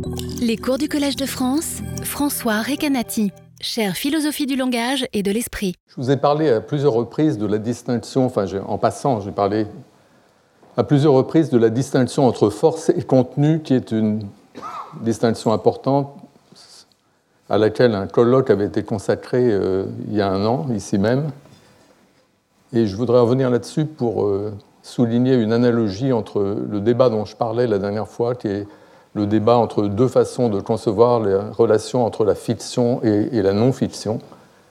Les cours du Collège de France, François Recanati, chaire philosophie du langage et de l'esprit. Je vous ai parlé à plusieurs reprises de la distinction, en passant, j'ai parlé à plusieurs reprises de la distinction entre force et contenu, qui est une distinction importante à laquelle un colloque avait été consacré il y a un an, ici même. Et je voudrais revenir là-dessus pour souligner une analogie entre le débat dont je parlais la dernière fois, qui est le débat entre deux façons de concevoir les relations entre la fiction et la non-fiction,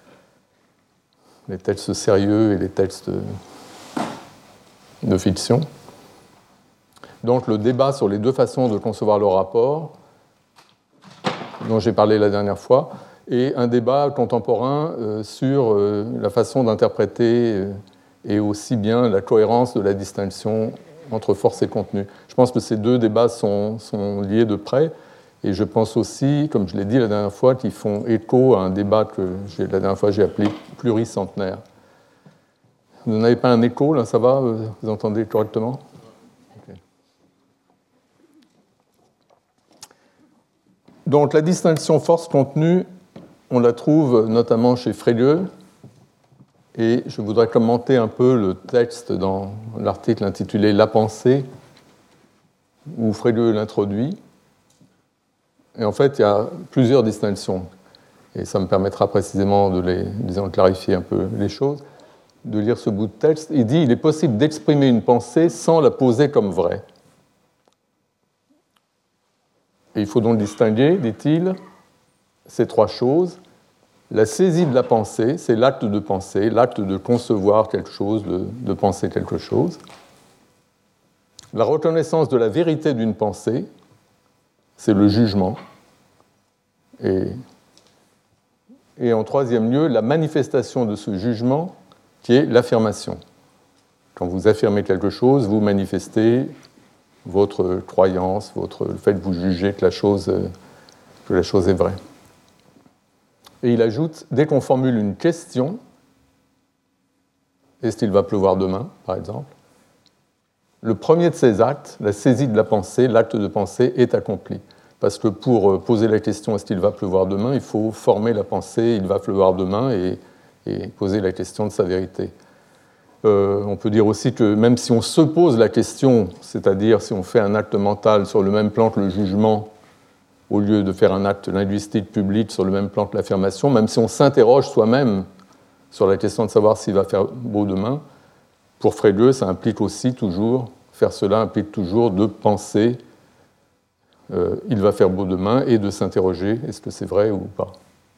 les textes sérieux et les textes de fiction. Donc le débat sur les deux façons de concevoir le rapport, dont j'ai parlé la dernière fois, et un débat contemporain sur la façon d'interpréter et aussi bien la cohérence de la distinction entre force et contenu. Je pense que ces deux débats sont liés de près, et je pense aussi, comme je l'ai dit la dernière fois, qu'ils font écho à un débat que la dernière fois j'ai appelé pluricentenaire. Vous n'avez pas un écho, là, ça va? Vous entendez correctement? Okay. Donc la distinction force-contenu, on la trouve notamment chez Frege, et je voudrais commenter un peu le texte dans l'article intitulé « La pensée », où Frege l'introduit. Et en fait, il y a plusieurs distinctions, et ça me permettra précisément de clarifier un peu les choses, de lire ce bout de texte. Il dit « Il est possible d'exprimer une pensée sans la poser comme vraie. Et il faut donc distinguer, dit-il, ces trois choses. La saisie de la pensée, c'est l'acte de penser, l'acte de concevoir quelque chose, de penser quelque chose. La reconnaissance de la vérité d'une pensée, c'est le jugement. Et en troisième lieu, la manifestation de ce jugement, qui est l'affirmation. Quand vous affirmez quelque chose, vous manifestez votre croyance, le fait que vous jugez que la chose est vraie. Et il ajoute, dès qu'on formule une question, est-ce qu'il va pleuvoir demain, par exemple, le premier de ces actes, la saisie de la pensée, l'acte de pensée, est accompli. Parce que pour poser la question, est-ce qu'il va pleuvoir demain, il faut former la pensée, il va pleuvoir demain, et poser la question de sa vérité. On peut dire aussi que même si on se pose la question, c'est-à-dire si on fait un acte mental sur le même plan que le jugement, au lieu de faire un acte linguistique public sur le même plan que l'affirmation, même si on s'interroge soi-même sur la question de savoir s'il va faire beau demain, pour Frege, ça implique aussi toujours, faire cela implique toujours de penser il va faire beau demain et de s'interroger, est-ce que c'est vrai ou pas.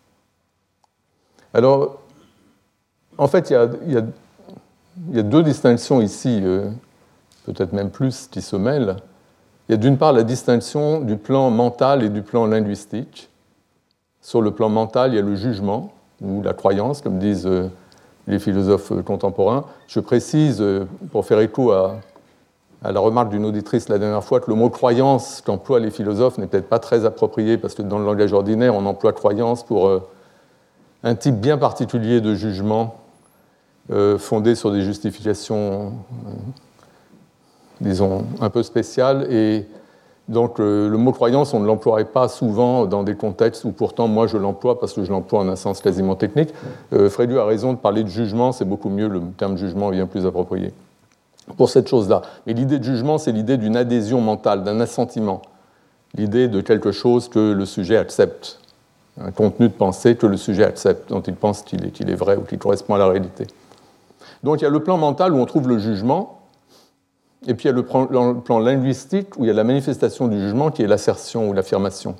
Alors, en fait, il y a deux distinctions ici, peut-être même plus, qui se mêlent. Il y a d'une part la distinction du plan mental et du plan linguistique. Sur le plan mental, il y a le jugement, ou la croyance, comme disent les philosophes contemporains. Je précise, pour faire écho à la remarque d'une auditrice la dernière fois, que le mot croyance qu'emploient les philosophes n'est peut-être pas très approprié, parce que dans le langage ordinaire, on emploie croyance pour un type bien particulier de jugement fondé sur des justifications disons, un peu spéciales. Et donc, le mot croyance, on ne l'emploierait pas souvent dans des contextes où pourtant, moi, je l'emploie parce que je l'emploie en un sens quasiment technique. Frege a raison de parler de jugement, c'est beaucoup mieux, le terme jugement est bien plus approprié pour cette chose-là. Mais l'idée de jugement, c'est l'idée d'une adhésion mentale, d'un assentiment, l'idée de quelque chose que le sujet accepte, un contenu de pensée que le sujet accepte, dont il pense qu'il est vrai ou qu'il correspond à la réalité. Donc, il y a le plan mental où on trouve le jugement. Et puis il y a le plan linguistique où il y a la manifestation du jugement qui est l'assertion ou l'affirmation.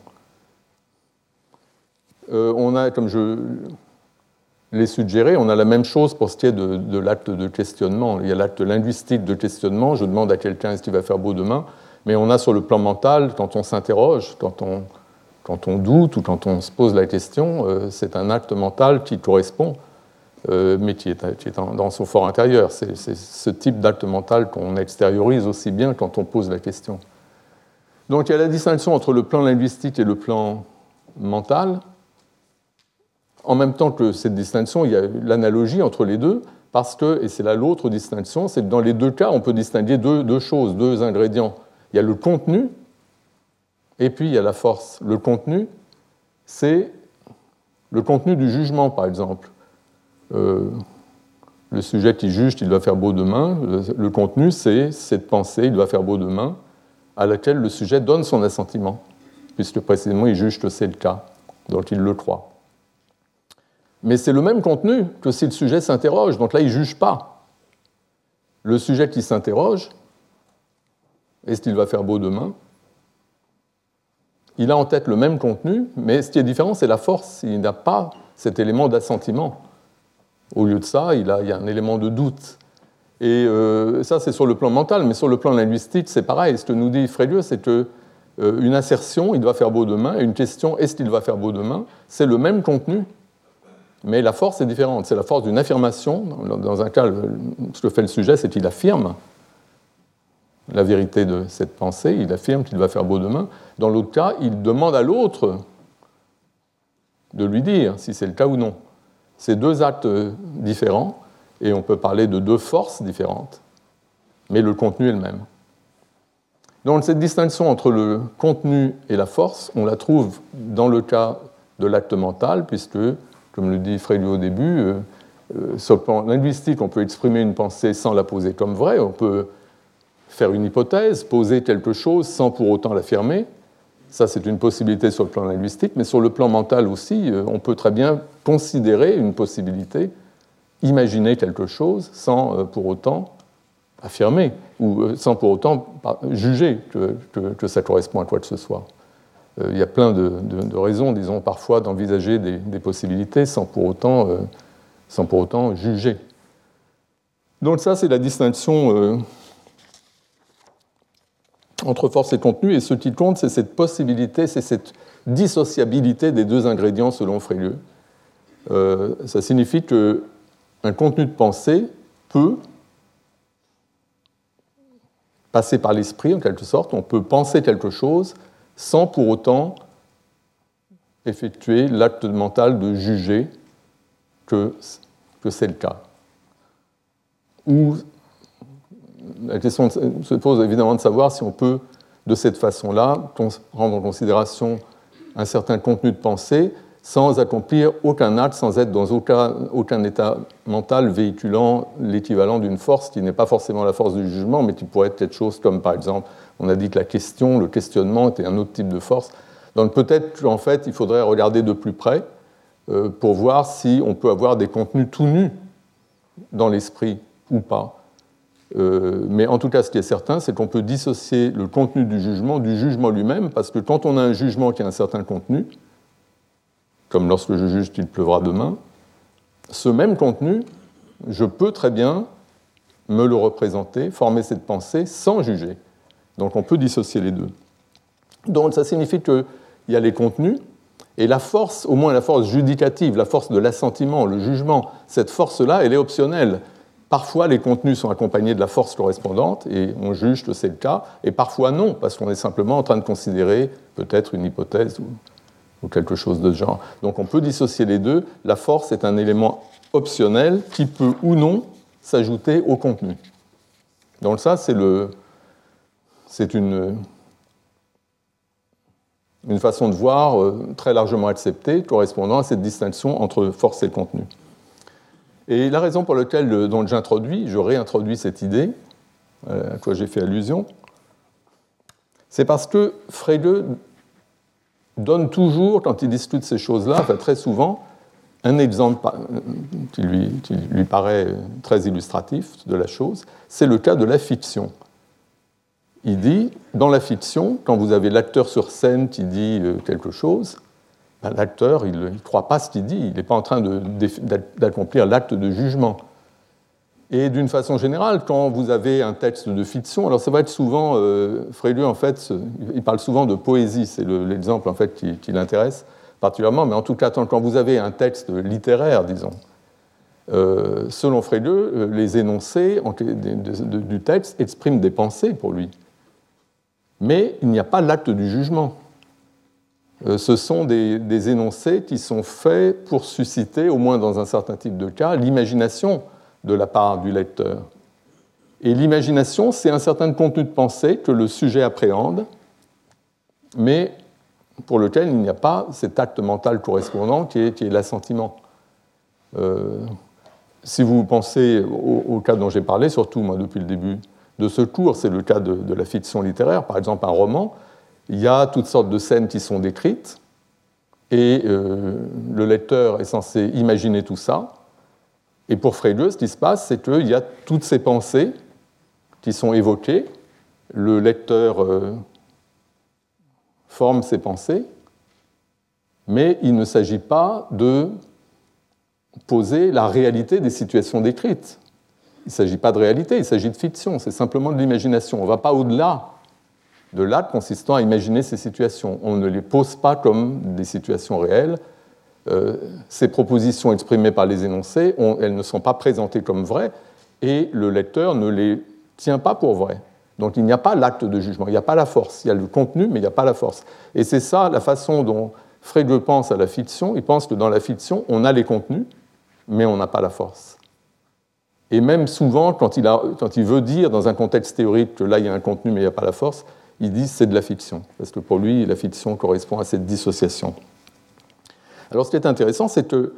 On a, comme je l'ai suggéré, on a la même chose pour ce qui est de l'acte de questionnement. Il y a l'acte linguistique de questionnement, je demande à quelqu'un est-ce qu'il va faire beau demain, mais on a sur le plan mental, quand on s'interroge, quand on doute ou quand on se pose la question, c'est un acte mental qui correspond, mais qui est dans son fort intérieur. C'est ce type d'acte mental qu'on extériorise aussi bien quand on pose la question. Donc il y a la distinction entre le plan linguistique et le plan mental. En même temps que cette distinction, il y a l'analogie entre les deux, parce que, et c'est là l'autre distinction, c'est que dans les deux cas, on peut distinguer deux choses, deux ingrédients. Il y a le contenu, Et puis il y a la force. Le contenu, c'est le contenu du jugement, par exemple. Le sujet qui juge qu'il va faire beau demain, le contenu, c'est cette pensée, il va faire beau demain, à laquelle le sujet donne son assentiment, puisque précisément il juge que c'est le cas, donc il le croit. Mais c'est le même contenu que si le sujet s'interroge, donc là il ne juge pas. Le sujet qui s'interroge, est-ce qu'il va faire beau demain? Il a en tête le même contenu, mais ce qui est différent, c'est la force. Il n'a pas cet élément d'assentiment. Au lieu de ça, il y a un élément de doute. Et ça, c'est sur le plan mental, mais sur le plan linguistique, c'est pareil. Ce que nous dit Frélieu, c'est qu'une assertion, il va faire beau demain, et une question, est-ce qu'il va faire beau demain, c'est le même contenu, mais la force est différente. C'est la force d'une affirmation. Dans un cas, ce que fait le sujet, c'est qu'il affirme la vérité de cette pensée, il affirme qu'il va faire beau demain. Dans l'autre cas, il demande à l'autre de lui dire si c'est le cas ou non. C'est deux actes différents, et on peut parler de deux forces différentes, mais le contenu est le même. Donc cette distinction entre le contenu et la force, on la trouve dans le cas de l'acte mental, puisque, comme le dit Frélieu au début, sur le plan linguistique, on peut exprimer une pensée sans la poser comme vraie, on peut faire une hypothèse, poser quelque chose sans pour autant l'affirmer. Ça, c'est une possibilité sur le plan linguistique, mais sur le plan mental aussi, on peut très bien considérer une possibilité, imaginer quelque chose sans pour autant affirmer, ou sans pour autant juger que ça correspond à quoi que ce soit. Il y a plein de raisons, disons, parfois d'envisager des possibilités sans pour autant juger. Donc ça, c'est la distinction entre force et contenu, et ce qui compte, c'est cette possibilité, c'est cette dissociabilité des deux ingrédients selon Frélieu. Ça signifie qu'un contenu de pensée peut passer par l'esprit, en quelque sorte, on peut penser quelque chose sans pour autant effectuer l'acte mental de juger que c'est le cas. Ou la question se pose évidemment de savoir si on peut, de cette façon-là, prendre en considération un certain contenu de pensée sans accomplir aucun acte, sans être dans aucun état mental véhiculant l'équivalent d'une force qui n'est pas forcément la force du jugement, mais qui pourrait être quelque chose comme, par exemple, on a dit que la question, le questionnement était un autre type de force. Donc peut-être qu'en fait, il faudrait regarder de plus près pour voir si on peut avoir des contenus tout nus dans l'esprit ou pas. Mais en tout cas, ce qui est certain, c'est qu'on peut dissocier le contenu du jugement lui-même, parce que quand on a un jugement qui a un certain contenu, comme lorsque je juge qu'il pleuvra demain, ce même contenu, je peux très bien me le représenter, former cette pensée sans juger. Donc on peut dissocier les deux. Donc ça signifie qu'il y a les contenus, et la force, au moins la force judicative, la force de l'assentiment, le jugement, cette force-là, elle est optionnelle. Parfois, les contenus sont accompagnés de la force correspondante, et on juge que c'est le cas, et parfois non, parce qu'on est simplement en train de considérer peut-être une hypothèse ou quelque chose de ce genre. Donc on peut dissocier les deux. La force est un élément optionnel qui peut ou non s'ajouter au contenu. Donc ça, c'est une façon de voir très largement acceptée, correspondant à cette distinction entre force et contenu. Et la raison pour laquelle je réintroduis cette idée, à quoi j'ai fait allusion, c'est parce que Frege donne toujours, quand il discute ces choses-là, enfin très souvent, un exemple qui lui paraît très illustratif de la chose, c'est le cas de la fiction. Il dit, dans la fiction, quand vous avez l'acteur sur scène qui dit quelque chose, ben, l'acteur, il ne croit pas ce qu'il dit, il n'est pas en train d'accomplir l'acte de jugement. Et d'une façon générale, quand vous avez un texte de fiction, alors ça va être souvent, Frélieu en fait, il parle souvent de poésie, c'est l'exemple en fait qui l'intéresse particulièrement, mais en tout cas, quand vous avez un texte littéraire, disons, selon Frélieu, les énoncés du texte expriment des pensées pour lui. Mais il n'y a pas l'acte du jugement. Ce sont des énoncés qui sont faits pour susciter, au moins dans un certain type de cas, l'imagination de la part du lecteur. Et l'imagination, c'est un certain contenu de pensée que le sujet appréhende mais pour lequel il n'y a pas cet acte mental correspondant qui est l'assentiment. Si vous pensez au cas dont j'ai parlé, surtout moi depuis le début de ce cours, c'est le cas de la fiction littéraire, par exemple un roman, il y a toutes sortes de scènes qui sont décrites, et le lecteur est censé imaginer tout ça. Et pour Frege, ce qui se passe, c'est qu'il y a toutes ces pensées qui sont évoquées, le lecteur forme ces pensées, mais il ne s'agit pas de poser la réalité des situations décrites. Il ne s'agit pas de réalité, il s'agit de fiction, c'est simplement de l'imagination. On ne va pas au-delà de l'acte consistant à imaginer ces situations. On ne les pose pas comme des situations réelles. Ces propositions exprimées par les énoncés, elles ne sont pas présentées comme vraies, et le lecteur ne les tient pas pour vraies. Donc il n'y a pas l'acte de jugement, il n'y a pas la force. Il y a le contenu, mais il n'y a pas la force. Et c'est ça la façon dont Frege pense à la fiction. Il pense que dans la fiction, on a les contenus, mais on n'a pas la force. Et même souvent, quand il veut dire dans un contexte théorique que là, il y a un contenu, mais il n'y a pas la force, il dit c'est de la fiction, parce que pour lui, la fiction correspond à cette dissociation. Alors ce qui est intéressant, c'est que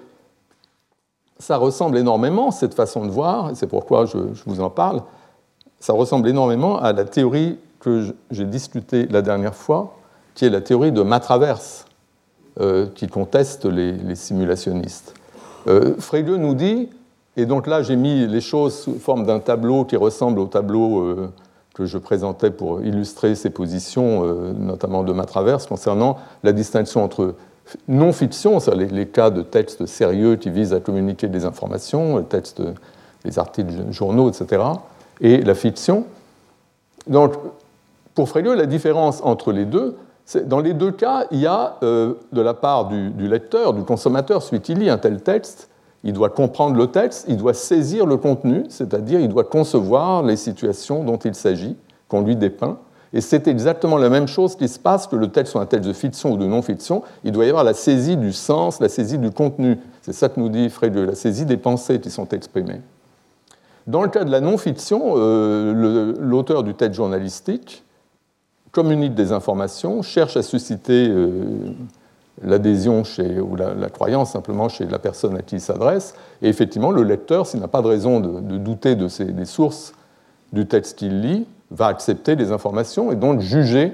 ça ressemble énormément, cette façon de voir, et c'est pourquoi je vous en parle, ça ressemble énormément à la théorie que j'ai discutée la dernière fois, qui est la théorie de Matraverse, qui conteste les simulationnistes. Frege nous dit, et donc là j'ai mis les choses sous forme d'un tableau qui ressemble au tableau que je présentais pour illustrer ces positions, notamment de Matraverse, concernant la distinction entre non-fiction, c'est-à-dire les cas de textes sérieux qui visent à communiquer des informations, les textes, les articles journaux, etc., et la fiction. Donc, pour Frege, la différence entre les deux, c'est dans les deux cas, il y a de la part du lecteur, du consommateur, celui qui lit un tel texte, il doit comprendre le texte, il doit saisir le contenu, c'est-à-dire il doit concevoir les situations dont il s'agit, qu'on lui dépeint. Et c'est exactement la même chose qui se passe que le texte soit un texte de fiction ou de non-fiction. Il doit y avoir la saisie du sens, la saisie du contenu. C'est ça que nous dit Frege, la saisie des pensées qui sont exprimées. Dans le cas de la non-fiction, l'auteur du texte journalistique communique des informations, cherche à susciter l'adhésion ou la croyance simplement chez la personne à qui il s'adresse. Et effectivement, le lecteur, s'il n'a pas de raison de douter des sources du texte qu'il lit, va accepter les informations et donc juger,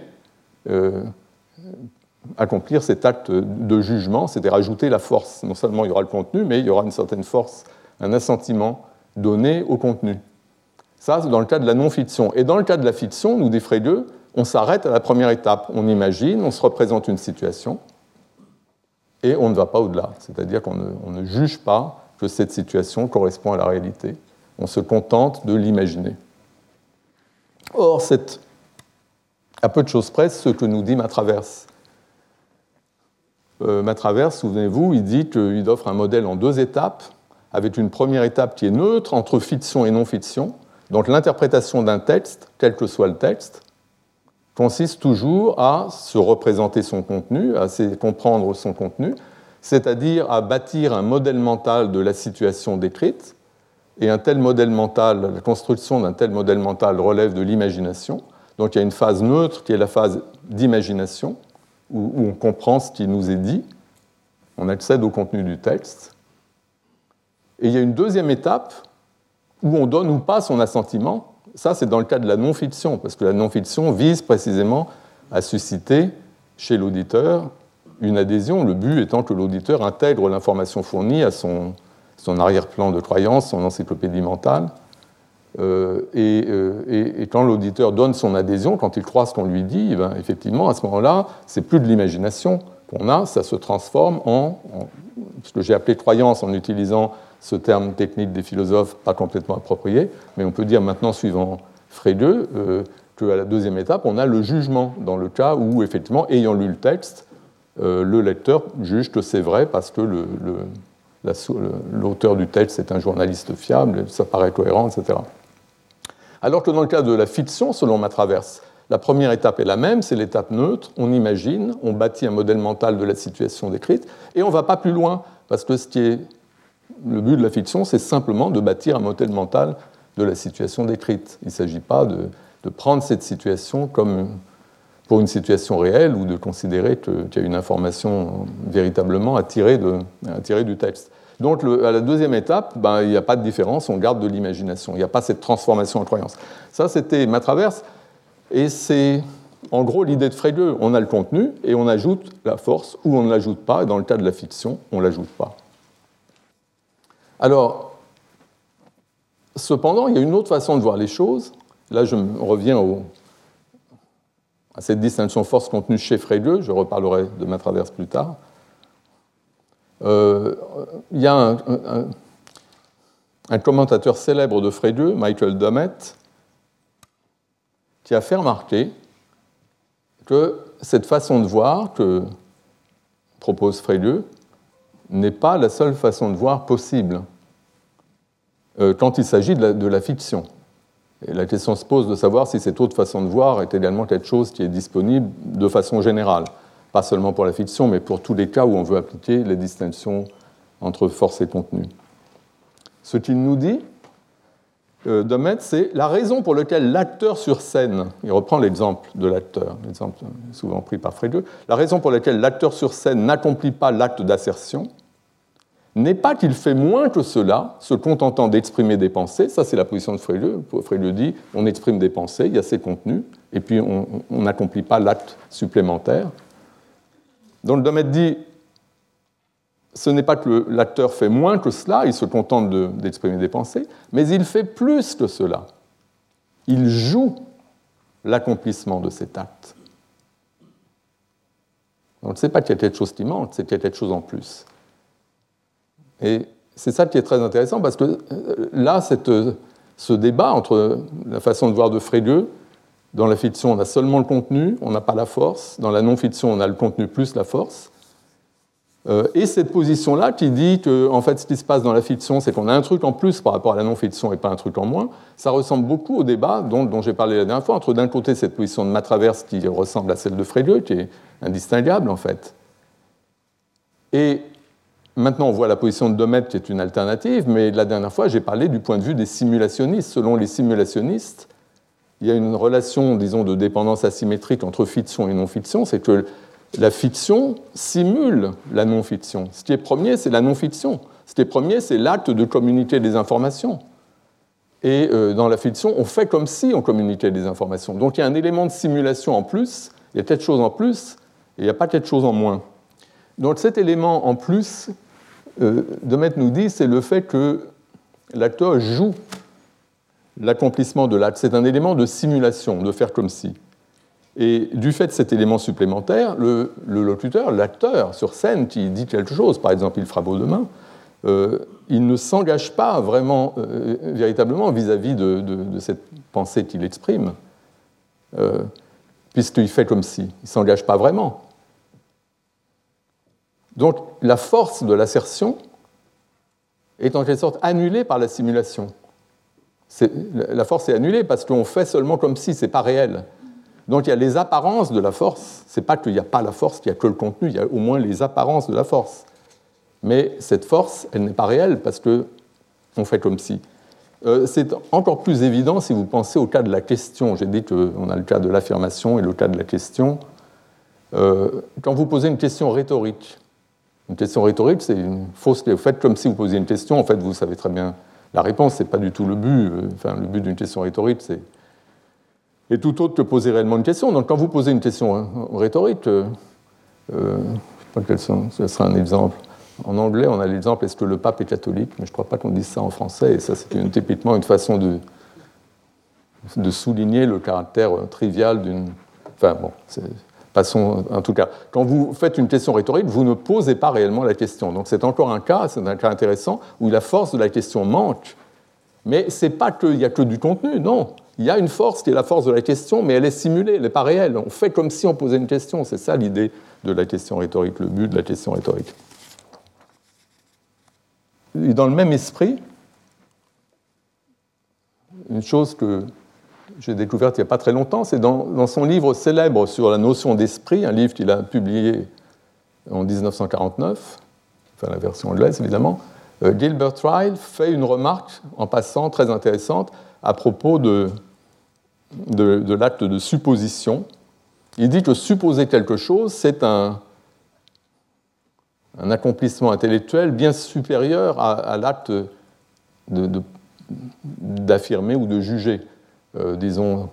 accomplir cet acte de jugement, c'est-à-dire ajouter la force. Non seulement il y aura le contenu, mais il y aura une certaine force, un assentiment donné au contenu. Ça, c'est dans le cas de la non-fiction. Et dans le cas de la fiction, nous dit Frege, on s'arrête à la première étape. On imagine, on se représente une situation, et on ne va pas au-delà. C'est-à-dire qu'on ne juge pas que cette situation correspond à la réalité. On se contente de l'imaginer. Or, c'est à peu de choses près ce que nous dit Matraverse. Matraverse, souvenez-vous, il dit qu'il offre un modèle en deux étapes, avec une première étape qui est neutre entre fiction et non-fiction. Donc l'interprétation d'un texte, quel que soit le texte, consiste toujours à se représenter son contenu, à comprendre son contenu, c'est-à-dire à bâtir un modèle mental de la situation décrite. Et un tel modèle mental, la construction d'un tel modèle mental relève de l'imagination. Donc il y a une phase neutre qui est la phase d'imagination, où on comprend ce qui nous est dit, on accède au contenu du texte. Et il y a une deuxième étape où on donne ou pas son assentiment. Ça, c'est dans le cas de la non-fiction, parce que la non-fiction vise précisément à susciter chez l'auditeur une adhésion, le but étant que l'auditeur intègre l'information fournie à son arrière-plan de croyance, son encyclopédie mentale. Et quand l'auditeur donne son adhésion, quand il croit ce qu'on lui dit, ben, effectivement, à ce moment-là, c'est plus de l'imagination qu'on a, ça se transforme en ce que j'ai appelé croyance en utilisant ce terme technique des philosophes pas complètement approprié, mais on peut dire maintenant, suivant Frege, qu'à la deuxième étape, on a le jugement, dans le cas où, effectivement, ayant lu le texte, le lecteur juge que c'est vrai parce que l'auteur du texte est un journaliste fiable, ça paraît cohérent, etc. Alors que dans le cas de la fiction, selon Matraverse, la première étape est la même, c'est l'étape neutre, on imagine, on bâtit un modèle mental de la situation décrite, et on ne va pas plus loin, parce que ce qui est le but de la fiction, c'est simplement de bâtir un modèle mental de la situation décrite. Il ne s'agit pas de prendre cette situation comme pour une situation réelle ou de considérer qu'il y a une information véritablement à tirer du texte. Donc à la deuxième étape, il n'y a pas de différence, on garde de l'imagination, il n'y a pas cette transformation en croyance. Ça, c'était Matraverse, et c'est en gros l'idée de Frege. On a le contenu et on ajoute la force ou on ne l'ajoute pas, et dans le cas de la fiction, on ne l'ajoute pas. Alors, cependant, il y a une autre façon de voir les choses. Là, je reviens à cette distinction force-contenu chez Frege, je reparlerai de Matraverse plus tard. Il y a un commentateur célèbre de Frege, Michael Dummett, qui a fait remarquer que cette façon de voir que propose Frege n'est pas la seule façon de voir possible quand il s'agit de la fiction. Et la question se pose de savoir si cette autre façon de voir est également quelque chose qui est disponible de façon générale, pas seulement pour la fiction, mais pour tous les cas où on veut appliquer les distinctions entre force et contenu. Ce qu'il nous dit, Dummett, c'est la raison pour laquelle l'acteur sur scène, il reprend l'exemple de l'acteur, l'exemple souvent pris par Frege, la raison pour laquelle l'acteur sur scène n'accomplit pas l'acte d'assertion n'est pas qu'il fait moins que cela, se contentant d'exprimer des pensées, ça c'est la position de Frege. Frege dit on exprime des pensées, il y a ces contenus, et puis on n'accomplit pas l'acte supplémentaire. Donc Dummett dit ce n'est pas que l'acteur fait moins que cela, il se contente d'exprimer des pensées, mais il fait plus que cela. Il joue l'accomplissement de cet acte. Donc ce n'est pas qu'il y a quelque chose qui manque, c'est qu'il y a quelque chose en plus. Et c'est ça qui est très intéressant, parce que là, ce débat entre la façon de voir de Frege, dans la fiction, on a seulement le contenu, on n'a pas la force, dans la non-fiction, on a le contenu plus la force, et cette position-là qui dit que, en fait, ce qui se passe dans la fiction, c'est qu'on a un truc en plus par rapport à la non-fiction et pas un truc en moins, ça ressemble beaucoup au débat dont j'ai parlé la dernière fois, entre d'un côté cette position de Matraverse qui ressemble à celle de Frege, qui est indistinguable, en fait, et maintenant, on voit la position de Dummett qui est une alternative, mais la dernière fois, j'ai parlé du point de vue des simulationnistes. Selon les simulationnistes, il y a une relation, disons, de dépendance asymétrique entre fiction et non-fiction, c'est que la fiction simule la non-fiction. Ce qui est premier, c'est la non-fiction. Ce qui est premier, c'est l'acte de communiquer des informations. Et dans la fiction, on fait comme si on communiquait des informations. Donc il y a un élément de simulation en plus, il y a quelque chose en plus, et il n'y a pas quelque chose en moins. Donc cet élément en plus, Dummett nous dit, c'est le fait que l'acteur joue l'accomplissement de l'acte. C'est un élément de simulation, de faire comme si. Et du fait de cet élément supplémentaire, le locuteur, l'acteur sur scène qui dit quelque chose, par exemple il frappe aux deux mains, il ne s'engage pas vraiment, véritablement vis-à-vis de cette pensée qu'il exprime, puisqu'il fait comme si. Il ne s'engage pas vraiment. Donc la force de l'assertion est en quelque sorte annulée par la simulation. La force est annulée parce qu'on fait seulement comme si, ce n'est pas réel. Donc il y a les apparences de la force. Ce n'est pas qu'il n'y a pas la force, qu'il n'y a que le contenu, il y a au moins les apparences de la force. Mais cette force, elle n'est pas réelle parce qu'on fait comme si. C'est encore plus évident si vous pensez au cas de la question. J'ai dit qu'on a le cas de l'affirmation et le cas de la question. Quand vous posez une question rhétorique, une question rhétorique, c'est une fausse. Vous faites comme si vous posiez une question, en fait, vous savez très bien la réponse, ce n'est pas du tout le but. Enfin, le but d'une question rhétorique, est tout autre que poser réellement une question. Donc, quand vous posez une question rhétorique, je ne sais pas quel serait un exemple. En anglais, on a l'exemple « Est-ce que le pape est catholique ?» Mais je ne crois pas qu'on dise ça en français, et ça, c'est typiquement une façon de souligner le caractère trivial d'une... Enfin, bon, passons, en tout cas, quand vous faites une question rhétorique, vous ne posez pas réellement la question. Donc c'est encore un cas, c'est un cas intéressant, où la force de la question manque. Mais ce n'est pas qu'il n'y a que du contenu, non. Il y a une force qui est la force de la question, mais elle est simulée, elle n'est pas réelle. On fait comme si on posait une question. C'est ça l'idée de la question rhétorique, le but de la question rhétorique. Et dans le même esprit, une chose que j'ai découverte il n'y a pas très longtemps, c'est dans son livre célèbre sur la notion d'esprit, un livre qu'il a publié en 1949, enfin la version anglaise évidemment, Gilbert Ryle fait une remarque, en passant, très intéressante, à propos de l'acte de supposition, Il dit que supposer quelque chose, c'est un accomplissement intellectuel bien supérieur à l'acte d'affirmer ou de juger. Disons,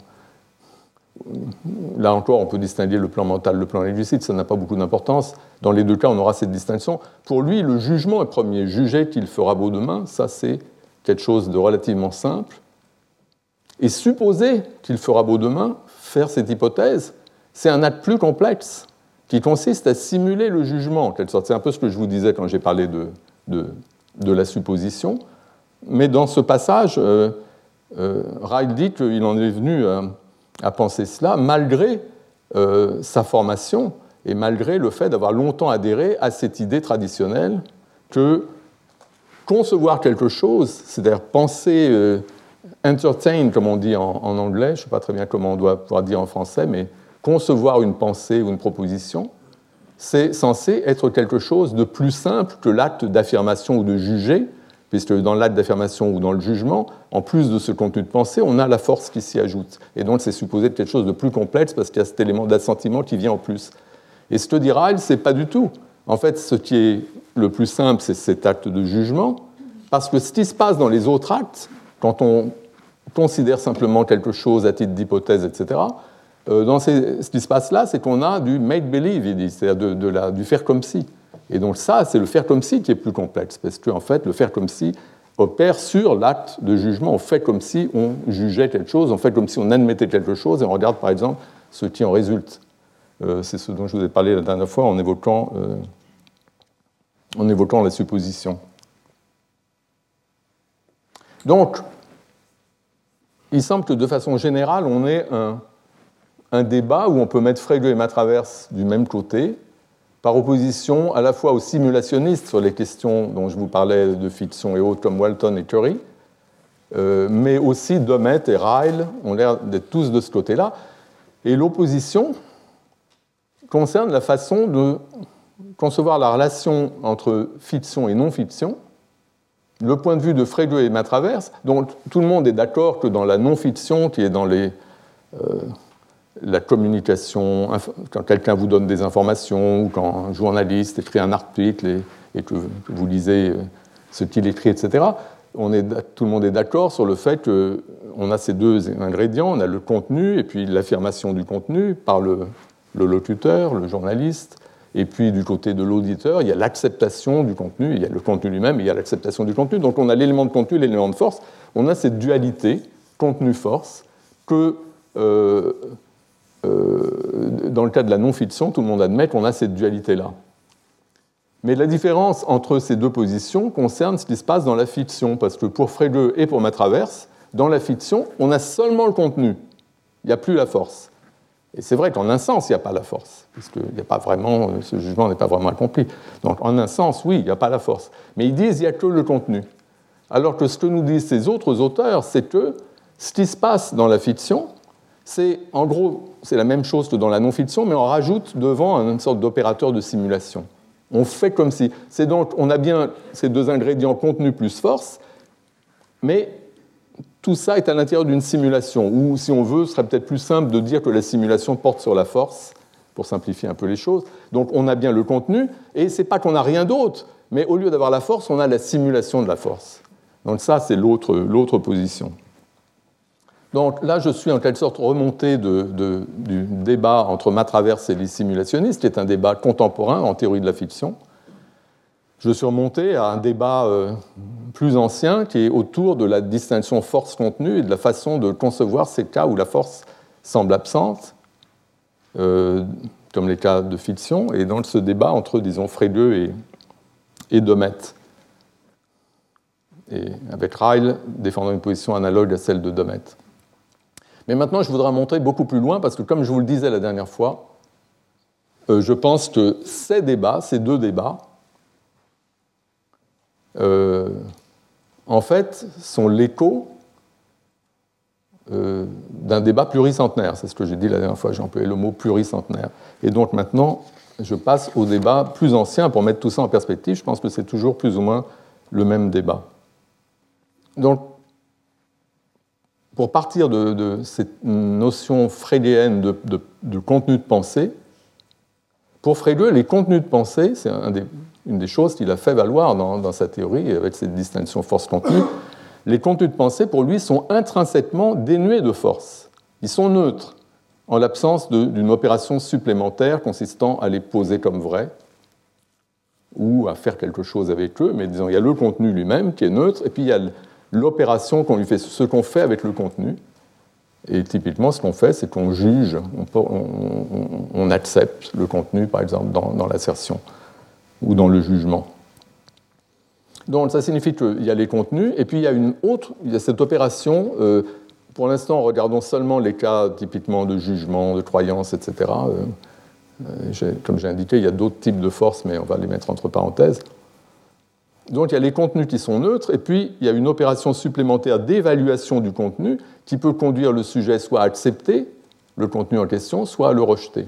là encore, on peut distinguer le plan mental, le plan linguistique, ça n'a pas beaucoup d'importance. Dans les deux cas, on aura cette distinction. Pour lui, le jugement est premier. Juger qu'il fera beau demain, ça c'est quelque chose de relativement simple. Et supposer qu'il fera beau demain, faire cette hypothèse, c'est un acte plus complexe qui consiste à simuler le jugement, en quelque sorte. C'est un peu ce que je vous disais quand j'ai parlé de la supposition. Mais dans ce passage, Ryle dit qu'il en est venu à penser cela malgré sa formation et malgré le fait d'avoir longtemps adhéré à cette idée traditionnelle que concevoir quelque chose, c'est-à-dire penser, entertain, comme on dit en anglais, je ne sais pas très bien comment on doit pouvoir dire en français, mais concevoir une pensée ou une proposition, c'est censé être quelque chose de plus simple que l'acte d'affirmation ou de juger, puisque dans l'acte d'affirmation ou dans le jugement, en plus de ce contenu de pensée, on a la force qui s'y ajoute. Et donc c'est supposé être quelque chose de plus complexe parce qu'il y a cet élément d'assentiment qui vient en plus. Et ce que dit Ryle, c'est pas du tout. En fait, ce qui est le plus simple, c'est cet acte de jugement, parce que ce qui se passe dans les autres actes, quand on considère simplement quelque chose à titre d'hypothèse, etc., dans ce qui se passe là, c'est qu'on a du make-believe, il dit, c'est-à-dire du faire comme si. Et donc ça, c'est le faire comme si qui est plus complexe, parce qu'en fait, le faire comme si opère sur l'acte de jugement. On fait comme si on jugeait quelque chose, on fait comme si on admettait quelque chose, et on regarde par exemple ce qui en résulte. C'est ce dont je vous ai parlé la dernière fois en évoquant la supposition. Donc, il semble que de façon générale, on ait un débat où on peut mettre Frege et Matravers du même côté, par opposition à la fois aux simulationnistes sur les questions dont je vous parlais de fiction et autres, comme Walton et Curry, mais aussi Domet et Ryle ont l'air d'être tous de ce côté-là. Et l'opposition concerne la façon de concevoir la relation entre fiction et non-fiction. Le point de vue de Frege et Matravers, dont tout le monde est d'accord que dans la non-fiction, qui est dans la communication, quand quelqu'un vous donne des informations, ou quand un journaliste écrit un article et que vous lisez ce qu'il écrit, etc., tout le monde est d'accord sur le fait qu'on a ces deux ingrédients, on a le contenu et puis l'affirmation du contenu par le locuteur, le journaliste, et puis du côté de l'auditeur, il y a l'acceptation du contenu, il y a le contenu lui-même, il y a l'acceptation du contenu. Donc on a l'élément de contenu, l'élément de force, on a cette dualité, contenu-force, que dans le cas de la non-fiction, tout le monde admet qu'on a cette dualité-là. Mais la différence entre ces deux positions concerne ce qui se passe dans la fiction, parce que pour Frege et pour Matravers, dans la fiction, on a seulement le contenu, il n'y a plus la force. Et c'est vrai qu'en un sens, il n'y a pas la force, puisque ce jugement n'est pas vraiment accompli. Donc en un sens, oui, il n'y a pas la force. Mais ils disent qu'il n'y a que le contenu. Alors que ce que nous disent ces autres auteurs, c'est que ce qui se passe dans la fiction, c'est la même chose que dans la non-fiction, mais on rajoute devant une sorte d'opérateur de simulation. On fait comme si. C'est donc, on a bien ces deux ingrédients, contenu plus force, mais tout ça est à l'intérieur d'une simulation, ou si on veut, ce serait peut-être plus simple de dire que la simulation porte sur la force, pour simplifier un peu les choses. Donc on a bien le contenu, et ce n'est pas qu'on n'a rien d'autre, mais au lieu d'avoir la force, on a la simulation de la force. Donc ça, c'est l'autre position. Donc là, je suis en quelque sorte remonté du débat entre Matravers et les simulationnistes, qui est un débat contemporain en théorie de la fiction. Je suis remonté à un débat plus ancien qui est autour de la distinction force-contenu et de la façon de concevoir ces cas où la force semble absente, comme les cas de fiction, et dans ce débat entre, disons, Frege et Domet, et avec Ryle défendant une position analogue à celle de Domet. Mais maintenant, je voudrais montrer beaucoup plus loin, parce que comme je vous le disais la dernière fois, je pense que ces deux débats, en fait, sont l'écho d'un débat pluricentenaire. C'est ce que j'ai dit la dernière fois, j'ai employé le mot pluricentenaire. Et donc maintenant, je passe au débat plus ancien pour mettre tout ça en perspective. Je pense que c'est toujours plus ou moins le même débat. Donc, pour partir de cette notion freudéenne de contenu de pensée, pour Frege, les contenus de pensée, c'est une des choses qu'il a fait valoir dans sa théorie, avec cette distinction force-contenu, les contenus de pensée, pour lui, sont intrinsèquement dénués de force. Ils sont neutres, en l'absence d'une opération supplémentaire consistant à les poser comme vrais ou à faire quelque chose avec eux, mais disons, il y a le contenu lui-même qui est neutre, et puis il y a l'opération qu'on lui fait, ce qu'on fait avec le contenu. Et typiquement, ce qu'on fait, c'est qu'on juge, on accepte le contenu, par exemple, dans l'assertion ou dans le jugement. Donc, ça signifie qu'il y a les contenus, et puis il y a cette opération. Pour l'instant, regardons seulement les cas typiquement de jugement, de croyance, etc. Comme j'ai indiqué, il y a d'autres types de forces, mais on va les mettre entre parenthèses. Donc il y a les contenus qui sont neutres, et puis il y a une opération supplémentaire d'évaluation du contenu qui peut conduire le sujet soit à accepter le contenu en question, soit à le rejeter.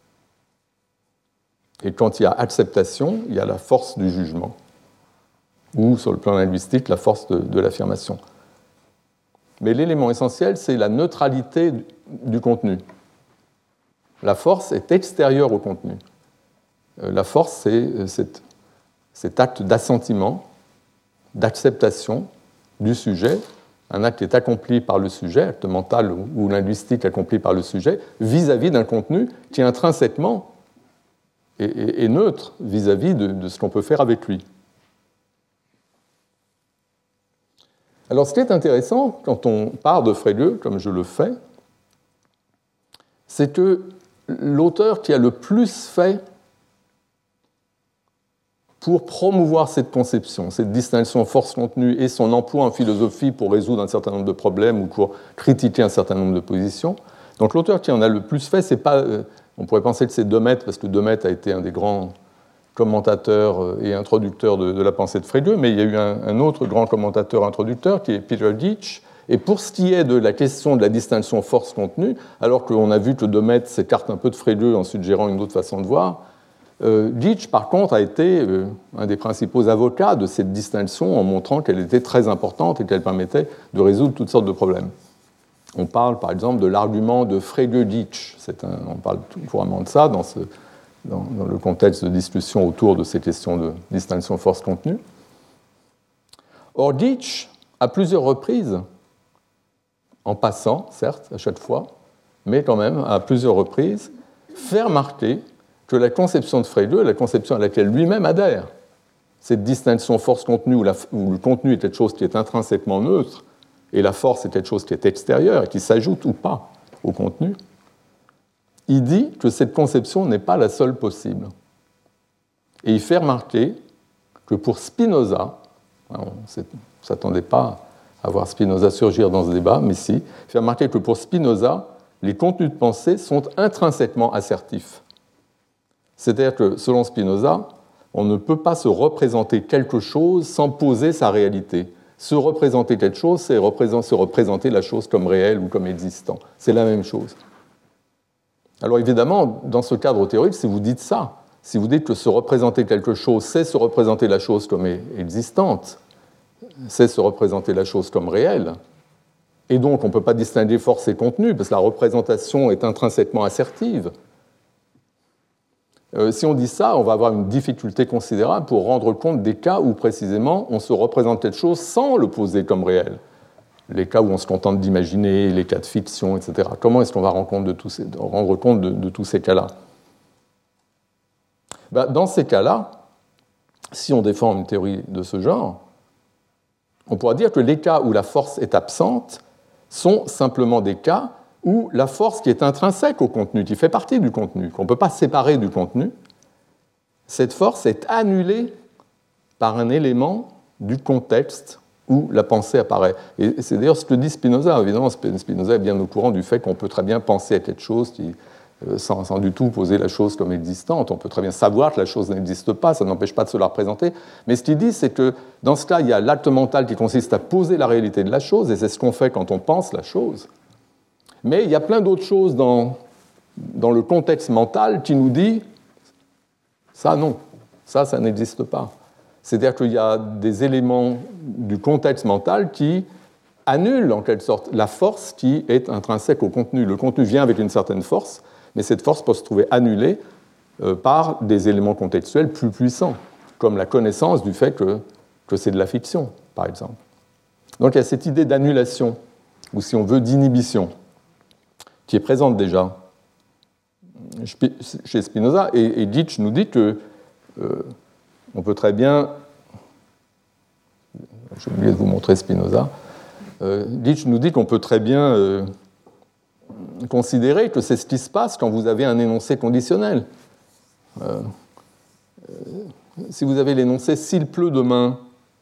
Et quand il y a acceptation, il y a la force du jugement, ou sur le plan linguistique, la force de l'affirmation. Mais l'élément essentiel, c'est la neutralité du contenu. La force est extérieure au contenu. La force, c'est cet acte d'assentiment, d'acceptation du sujet, un acte qui est accompli par le sujet, acte mental ou linguistique accompli par le sujet, vis-à-vis d'un contenu qui intrinsèquement est neutre vis-à-vis de ce qu'on peut faire avec lui. Alors, ce qui est intéressant, quand on part de Frege, comme je le fais, c'est que l'auteur qui a le plus fait pour promouvoir cette conception, cette distinction force-contenu et son emploi en philosophie pour résoudre un certain nombre de problèmes ou pour critiquer un certain nombre de positions. Donc l'auteur qui en a le plus fait, c'est pas, on pourrait penser que c'est Demet, parce que Demet a été un des grands commentateurs et introducteurs de la pensée de Frege, mais il y a eu un autre grand commentateur introducteur qui est Peter Ditch. Et pour ce qui est de la question de la distinction force-contenu, alors qu'on a vu que Demet s'écarte un peu de Frege en suggérant une autre façon de voir, Ditch, par contre, a été un des principaux avocats de cette distinction en montrant qu'elle était très importante et qu'elle permettait de résoudre toutes sortes de problèmes. On parle, par exemple, de l'argument de Frege-Ditch. On parle couramment de ça dans le contexte de discussion autour de ces questions de distinction force-contenu. Or, Ditch, à plusieurs reprises, en passant, certes, à chaque fois, mais quand même, à plusieurs reprises, fait remarquer que la conception de Frege, la conception à laquelle lui-même adhère, cette distinction force-contenu où le contenu est quelque chose qui est intrinsèquement neutre et la force est quelque chose qui est extérieur et qui s'ajoute ou pas au contenu, il dit que cette conception n'est pas la seule possible. Et il fait remarquer que pour Spinoza, on ne s'attendait pas à voir Spinoza surgir dans ce débat, mais si, il fait remarquer que pour Spinoza, les contenus de pensée sont intrinsèquement assertifs. C'est-à-dire que, selon Spinoza, on ne peut pas se représenter quelque chose sans poser sa réalité. Se représenter quelque chose, c'est se représenter la chose comme réelle ou comme existant. C'est la même chose. Alors évidemment, dans ce cadre théorique, si vous dites ça, si vous dites que se représenter quelque chose, c'est se représenter la chose comme existante, c'est se représenter la chose comme réelle, et donc on ne peut pas distinguer force et contenu, parce que la représentation est intrinsèquement assertive. Si on dit ça, on va avoir une difficulté considérable pour rendre compte des cas où, précisément, on se représente quelque chose sans le poser comme réel. Les cas où on se contente d'imaginer, les cas de fiction, etc. Comment est-ce qu'on va rendre compte de tous ces cas-là ? Dans ces cas-là, si on défend une théorie de ce genre, on pourra dire que les cas où la force est absente sont simplement des cas où la force qui est intrinsèque au contenu, qui fait partie du contenu, qu'on ne peut pas séparer du contenu, cette force est annulée par un élément du contexte où la pensée apparaît. Et c'est d'ailleurs ce que dit Spinoza. Évidemment, Spinoza est bien au courant du fait qu'on peut très bien penser à quelque chose sans du tout poser la chose comme existante. On peut très bien savoir que la chose n'existe pas, ça n'empêche pas de se la représenter. Mais ce qu'il dit, c'est que dans ce cas, il y a l'acte mental qui consiste à poser la réalité de la chose, et c'est ce qu'on fait quand on pense la chose. Mais il y a plein d'autres choses dans le contexte mental qui nous dit ça non, ça n'existe pas. C'est-à-dire qu'il y a des éléments du contexte mental qui annule en quelque sorte la force qui est intrinsèque au contenu. Le contenu vient avec une certaine force, mais cette force peut se trouver annulée par des éléments contextuels plus puissants, comme la connaissance du fait que c'est de la fiction, par exemple. Donc il y a cette idée d'annulation, ou si on veut d'inhibition, qui est présente déjà chez Spinoza, et Ditch nous dit que on peut très bien, j'ai oublié de vous montrer Spinoza, Ditch nous dit qu'on peut très bien considérer que c'est ce qui se passe quand vous avez un énoncé conditionnel. Si vous avez l'énoncé « s'il pleut demain,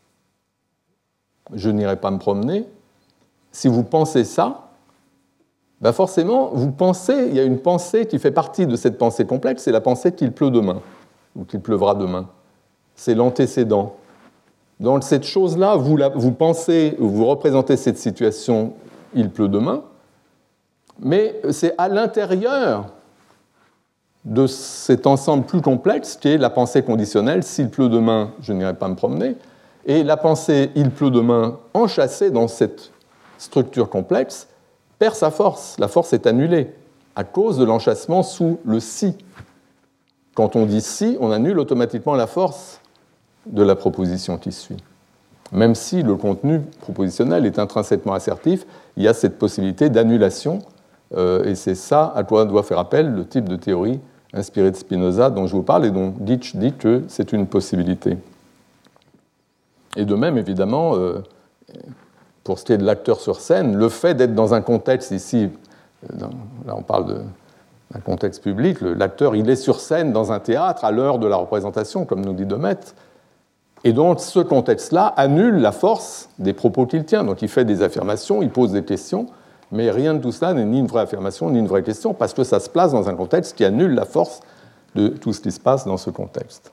je n'irai pas me promener », si vous pensez ça, ben forcément, vous pensez, il y a une pensée qui fait partie de cette pensée complexe, c'est la pensée qu'il pleut demain, ou qu'il pleuvra demain. C'est l'antécédent. Dans cette chose-là, vous pensez, vous représentez cette situation « il pleut demain », mais c'est à l'intérieur de cet ensemble plus complexe qui est la pensée conditionnelle « s'il pleut demain, je n'irai pas me promener », et la pensée « il pleut demain » enchâssée dans cette structure complexe perd sa force. La force est annulée à cause de l'enchâssement sous le « si ». Quand on dit « si », on annule automatiquement la force de la proposition qui suit. Même si le contenu propositionnel est intrinsèquement assertif, il y a cette possibilité d'annulation, et c'est ça à quoi doit faire appel le type de théorie inspirée de Spinoza dont je vous parle et dont Ditch dit que c'est une possibilité. Et de même, évidemment, pour ce qui est de l'acteur sur scène, le fait d'être dans un contexte ici, là on parle d'un contexte public, l'acteur il est sur scène dans un théâtre à l'heure de la représentation, comme nous dit Demet, et donc ce contexte-là annule la force des propos qu'il tient. Donc il fait des affirmations, il pose des questions, mais rien de tout cela n'est ni une vraie affirmation ni une vraie question, parce que ça se place dans un contexte qui annule la force de tout ce qui se passe dans ce contexte.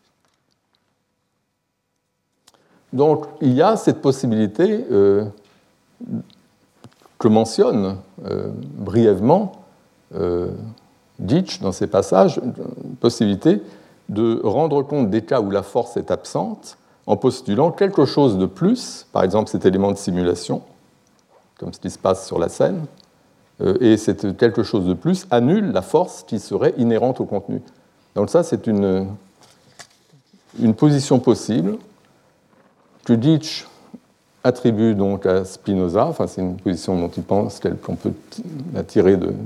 Donc il y a cette possibilité que mentionne brièvement Ditch dans ses passages, une possibilité de rendre compte des cas où la force est absente en postulant quelque chose de plus, par exemple cet élément de simulation, comme ce qui se passe sur la scène, et cette quelque chose de plus annule la force qui serait inhérente au contenu. Donc ça, c'est une position possible que Ditch attribue donc à Spinoza. Enfin, c'est une position dont il pense qu'on peut la tirer de...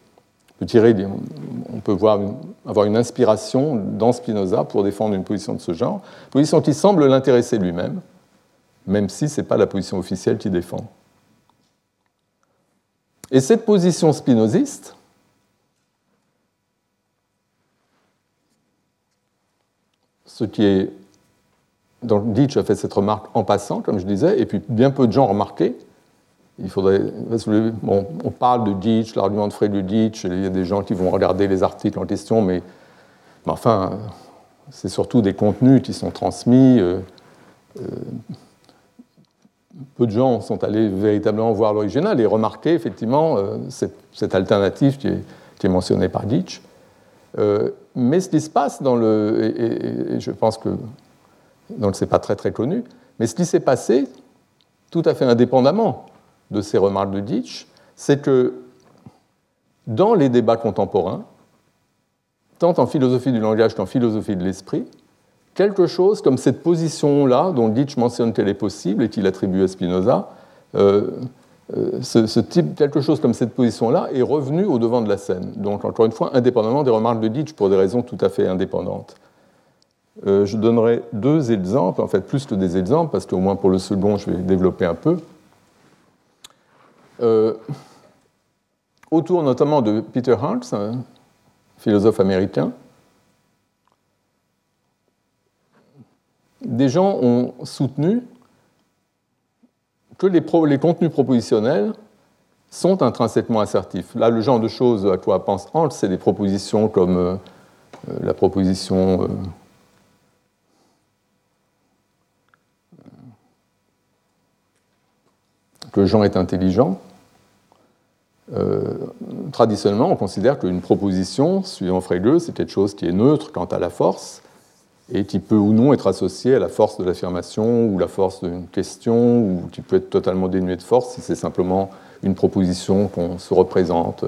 On peut avoir une inspiration dans Spinoza pour défendre une position de ce genre, position qui semble l'intéresser lui-même, même si ce n'est pas la position officielle qu'il défend. Et cette position spinoziste, ce qui est... Donc Ditch a fait cette remarque en passant, comme je disais, et puis bien peu de gens remarquaient. Il faudrait, on parle de Ditch, l'argument de Frege de Ditch, il y a des gens qui vont regarder les articles en question, mais enfin, c'est surtout des contenus qui sont transmis. Peu de gens sont allés véritablement voir l'original et remarquer effectivement cette alternative qui est mentionnée par Ditch. Mais ce qui se passe et je pense que donc c'est pas très très connu, mais ce qui s'est passé, tout à fait indépendamment de ces remarques de Ditch, c'est que dans les débats contemporains, tant en philosophie du langage qu'en philosophie de l'esprit, quelque chose comme cette position-là, dont Ditch mentionne qu'elle est possible et qu'il attribue à Spinoza, ce type, quelque chose comme cette position-là est revenu au devant de la scène. Donc, encore une fois, indépendamment des remarques de Ditch, pour des raisons tout à fait indépendantes. Je donnerai deux exemples, en fait plus que des exemples, parce qu'au moins pour le second, je vais développer un peu. Autour notamment de Peter Hartz, un philosophe américain, des gens ont soutenu que les contenus propositionnels sont intrinsèquement assertifs. Là, le genre de choses à quoi pense Hartz, c'est des propositions comme la proposition que Jean est intelligent. Traditionnellement, on considère qu'une proposition, suivant Frege, c'est quelque chose qui est neutre quant à la force, et qui peut ou non être associé à la force de l'affirmation ou la force d'une question, ou qui peut être totalement dénué de force si c'est simplement une proposition qu'on se représente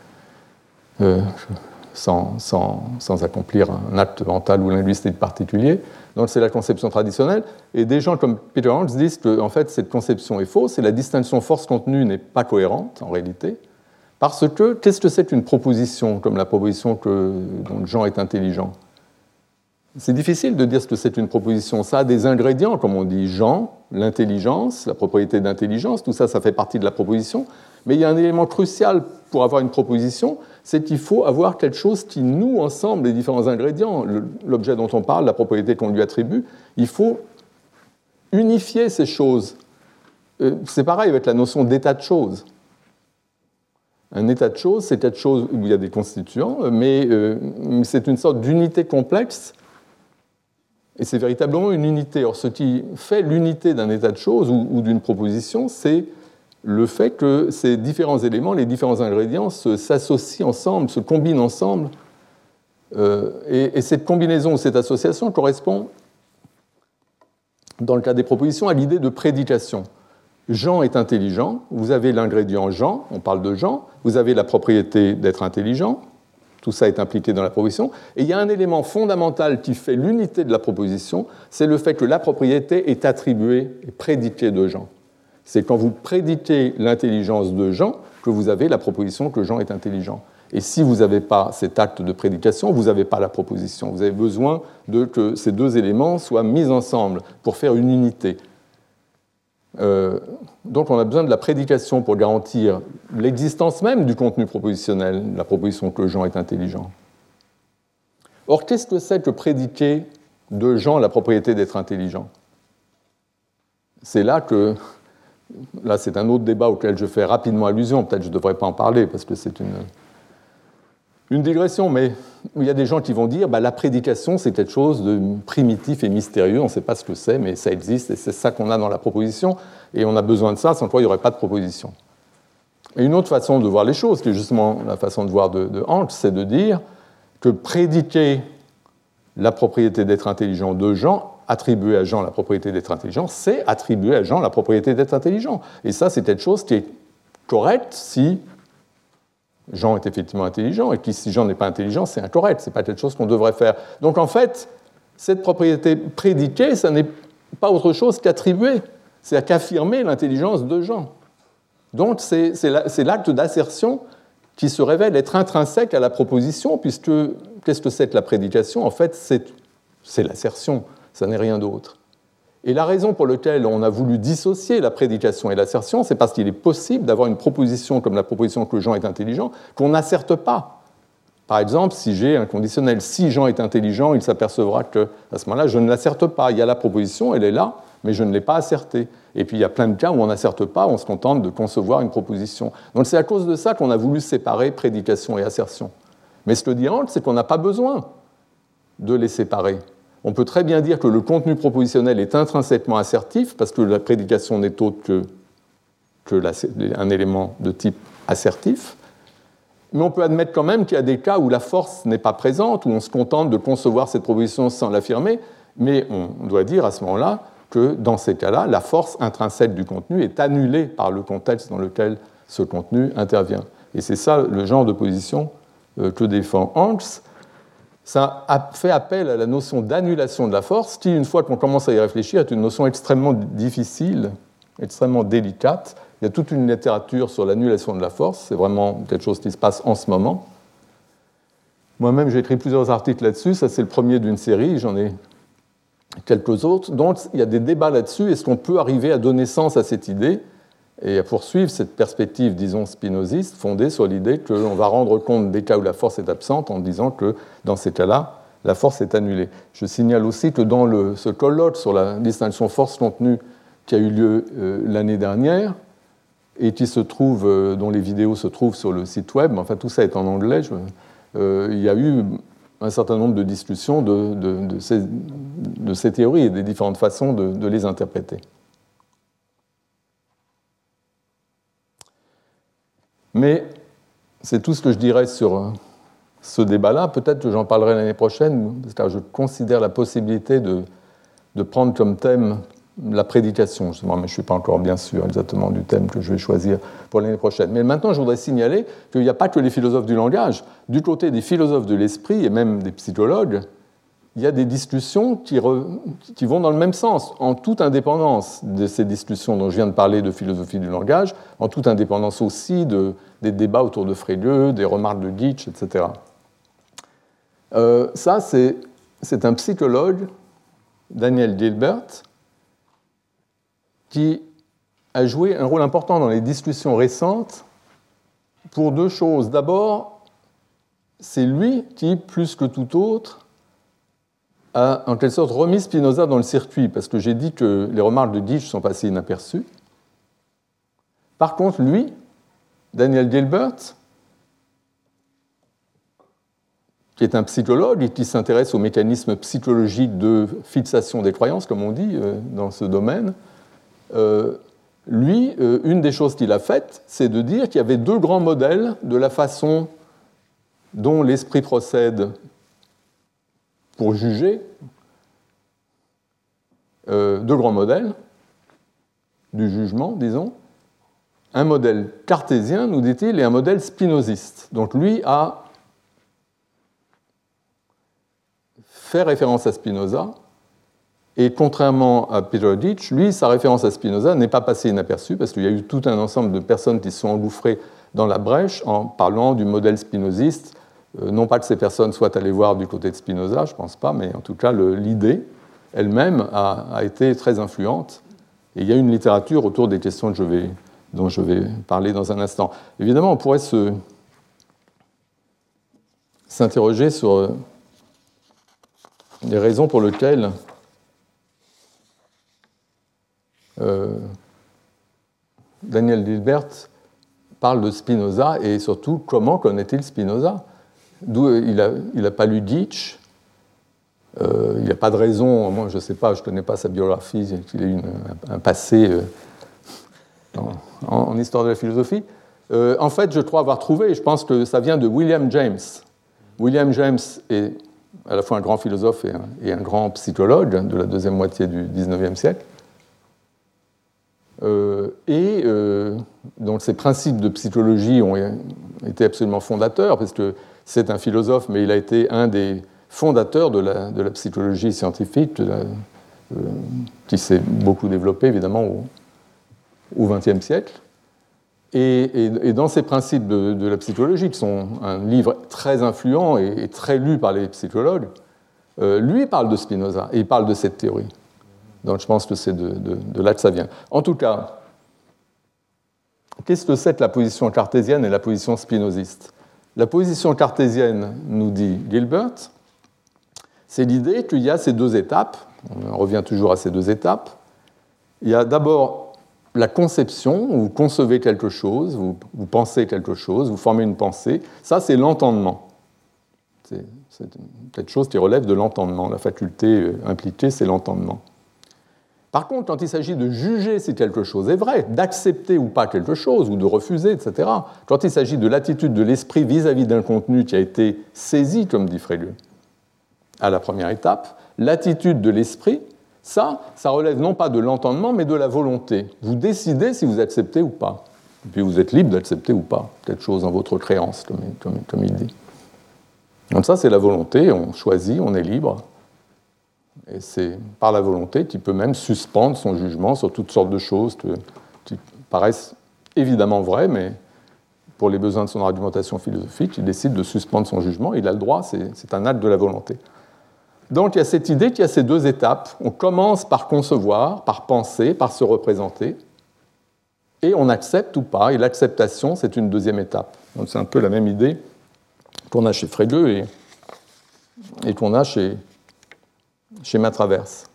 sans accomplir un acte mental ou linguistique particulier. Donc c'est la conception traditionnelle. Et des gens comme Peter Hans disent que en fait, cette conception est fausse et la distinction force-contenu n'est pas cohérente en réalité. Parce que, qu'est-ce que c'est qu'une proposition, comme la proposition dont Jean est intelligent? C'est difficile de dire ce que c'est une proposition. Ça a des ingrédients, comme on dit Jean, l'intelligence, la propriété d'intelligence, tout ça, ça fait partie de la proposition. Mais il y a un élément crucial pour avoir une proposition, c'est qu'il faut avoir quelque chose qui noue ensemble les différents ingrédients. L'objet dont on parle, la propriété qu'on lui attribue, il faut unifier ces choses. C'est pareil avec la notion d'état de choses. Un état de choses, c'est quelque chose où il y a des constituants, mais c'est une sorte d'unité complexe, et c'est véritablement une unité. Or, ce qui fait l'unité d'un état de choses ou d'une proposition, c'est le fait que ces différents éléments, les différents ingrédients, s'associent ensemble, se combinent ensemble, et cette combinaison ou cette association correspond, dans le cas des propositions, à l'idée de prédication. Jean est intelligent, vous avez l'ingrédient Jean, on parle de Jean, vous avez la propriété d'être intelligent, tout ça est impliqué dans la proposition, et il y a un élément fondamental qui fait l'unité de la proposition, c'est le fait que la propriété est attribuée et prédiquée de Jean. C'est quand vous prédiquez l'intelligence de Jean que vous avez la proposition que Jean est intelligent. Et si vous n'avez pas cet acte de prédication, vous n'avez pas la proposition. Vous avez besoin que ces deux éléments soient mis ensemble pour faire une unité. Donc on a besoin de la prédication pour garantir l'existence même du contenu propositionnel, la proposition que Jean est intelligent. Or, qu'est-ce que c'est que prédiquer de Jean la propriété d'être intelligent? C'est là c'est un autre débat auquel je fais rapidement allusion, peut-être que je ne devrais pas en parler parce que c'est une digression, mais il y a des gens qui vont dire la prédication, c'est quelque chose de primitif et mystérieux, on ne sait pas ce que c'est, mais ça existe, et c'est ça qu'on a dans la proposition, et on a besoin de ça, sans quoi il n'y aurait pas de proposition. Et une autre façon de voir les choses, qui est justement la façon de voir de Hans, c'est de dire que prédiquer la propriété d'être intelligent de Jean, attribuer à Jean la propriété d'être intelligent, c'est attribuer à Jean la propriété d'être intelligent. Et ça, c'est quelque chose qui est correct si Jean est effectivement intelligent, et que si Jean n'est pas intelligent, c'est incorrect, ce n'est pas quelque chose qu'on devrait faire. Donc en fait, cette propriété prédiquée, ça n'est pas autre chose qu'attribuer, c'est qu'affirmer l'intelligence de Jean. Donc c'est l'acte d'assertion qui se révèle être intrinsèque à la proposition, puisque qu'est-ce que c'est que la prédication? En fait, c'est l'assertion, ça n'est rien d'autre. Et la raison pour laquelle on a voulu dissocier la prédication et l'assertion, c'est parce qu'il est possible d'avoir une proposition comme la proposition que Jean est intelligent, qu'on n'asserte pas. Par exemple, si j'ai un conditionnel « si Jean est intelligent », il s'apercevra qu'à ce moment-là, je ne l'asserte pas. Il y a la proposition, elle est là, mais je ne l'ai pas assertée. Et puis il y a plein de cas où on n'asserte pas, on se contente de concevoir une proposition. Donc c'est à cause de ça qu'on a voulu séparer prédication et assertion. Mais ce que dit Hans, c'est qu'on n'a pas besoin de les séparer. On peut très bien dire que le contenu propositionnel est intrinsèquement assertif, parce que la prédication n'est autre qu'un élément de type assertif. Mais on peut admettre quand même qu'il y a des cas où la force n'est pas présente, où on se contente de concevoir cette proposition sans l'affirmer, mais on doit dire à ce moment-là que dans ces cas-là, la force intrinsèque du contenu est annulée par le contexte dans lequel ce contenu intervient. Et c'est ça le genre de position que défend Hans. Ça a fait appel à la notion d'annulation de la force, qui, une fois qu'on commence à y réfléchir, est une notion extrêmement difficile, extrêmement délicate. Il y a toute une littérature sur l'annulation de la force, c'est vraiment quelque chose qui se passe en ce moment. Moi-même, j'ai écrit plusieurs articles là-dessus, ça c'est le premier d'une série, j'en ai quelques autres. Donc il y a des débats là-dessus, est-ce qu'on peut arriver à donner sens à cette idée et à poursuivre cette perspective, disons, spinoziste, fondée sur l'idée qu'on va rendre compte des cas où la force est absente en disant que, dans ces cas-là, la force est annulée. Je signale aussi que dans ce colloque sur la distinction force-contenu qui a eu lieu l'année dernière, et qui se trouve, dont les vidéos se trouvent sur le site web, enfin tout ça est en anglais, il y a eu un certain nombre de discussions de ces théories et des différentes façons de les interpréter. Mais c'est tout ce que je dirais sur ce débat-là. Peut-être que j'en parlerai l'année prochaine, parce que je considère la possibilité de prendre comme thème la prédication, mais je ne suis pas encore bien sûr exactement du thème que je vais choisir pour l'année prochaine. Mais maintenant, je voudrais signaler qu'il n'y a pas que les philosophes du langage. Du côté des philosophes de l'esprit et même des psychologues, il y a des discussions qui vont dans le même sens, en toute indépendance de ces discussions dont je viens de parler de philosophie du langage, en toute indépendance aussi des débats autour de Frege, des remarques de Gitsch, etc. Ça, c'est un psychologue, Daniel Gilbert, qui a joué un rôle important dans les discussions récentes pour deux choses. D'abord, c'est lui qui, plus que tout autre, a en quelque sorte remis Spinoza dans le circuit, parce que j'ai dit que les remarques de Gitsch sont passées inaperçues. Par contre, lui, Daniel Gilbert, qui est un psychologue et qui s'intéresse aux mécanismes psychologiques de fixation des croyances, comme on dit dans ce domaine, lui, une des choses qu'il a faites, c'est de dire qu'il y avait deux grands modèles de la façon dont l'esprit procède pour juger, deux grands modèles du jugement, disons. Un modèle cartésien, nous dit-il, et un modèle spinoziste. Donc lui a fait référence à Spinoza, et contrairement à Peter Gitsch, lui, sa référence à Spinoza n'est pas passée inaperçue, parce qu'il y a eu tout un ensemble de personnes qui se sont engouffrées dans la brèche en parlant du modèle spinoziste. Non pas que ces personnes soient allées voir du côté de Spinoza, je ne pense pas, mais en tout cas, l'idée elle-même a été très influente. Et il y a une littérature autour des questions dont je vais parler dans un instant. Évidemment, on pourrait s'interroger sur les raisons pour lesquelles Daniel Gilbert parle de Spinoza et surtout comment connaît-il Spinoza. D'où il n'a pas lu Gitsch. Il n'y a pas de raison, moi je ne sais pas, je ne connais pas sa biographie, qu'il ait eu un passé en histoire de la philosophie. En fait, je crois avoir trouvé, et je pense que ça vient de William James. William James est à la fois un grand philosophe et un grand psychologue de la deuxième moitié du XIXe siècle. Donc ces principes de psychologie ont été absolument fondateurs, parce que c'est un philosophe, mais il a été un des fondateurs de la psychologie scientifique, qui s'est beaucoup développée évidemment au XXe siècle. Et dans ces principes de la psychologie, qui sont un livre très influent et très lu par les psychologues, lui parle de Spinoza, et il parle de cette théorie. Donc je pense que c'est de là que ça vient. En tout cas, qu'est-ce que c'est que la position cartésienne et la position spinoziste ? La position cartésienne, nous dit Gilbert, c'est l'idée qu'il y a ces deux étapes, on revient toujours à ces deux étapes. Il y a d'abord la conception, où vous concevez quelque chose, vous pensez quelque chose, vous formez une pensée, ça c'est l'entendement. C'est quelque chose qui relève de l'entendement, la faculté impliquée c'est l'entendement. Par contre, quand il s'agit de juger si quelque chose est vrai, d'accepter ou pas quelque chose, ou de refuser, etc., quand il s'agit de l'attitude de l'esprit vis-à-vis d'un contenu qui a été saisi, comme dit Frege, à la première étape, l'attitude de l'esprit, ça relève non pas de l'entendement, mais de la volonté. Vous décidez si vous acceptez ou pas. Et puis vous êtes libre d'accepter ou pas quelque chose en votre créance, comme il dit. Donc ça, c'est la volonté, on choisit, on est libre. Et c'est par la volonté qu'il peut même suspendre son jugement sur toutes sortes de choses qui paraissent évidemment vraies, mais pour les besoins de son argumentation philosophique, il décide de suspendre son jugement. Il a le droit, c'est un acte de la volonté. Donc il y a cette idée qu'il y a ces deux étapes. On commence par concevoir, par penser, par se représenter, et on accepte ou pas. Et l'acceptation, c'est une deuxième étape. Donc c'est un peu la même idée qu'on a chez Frege et qu'on a chez Matraverse.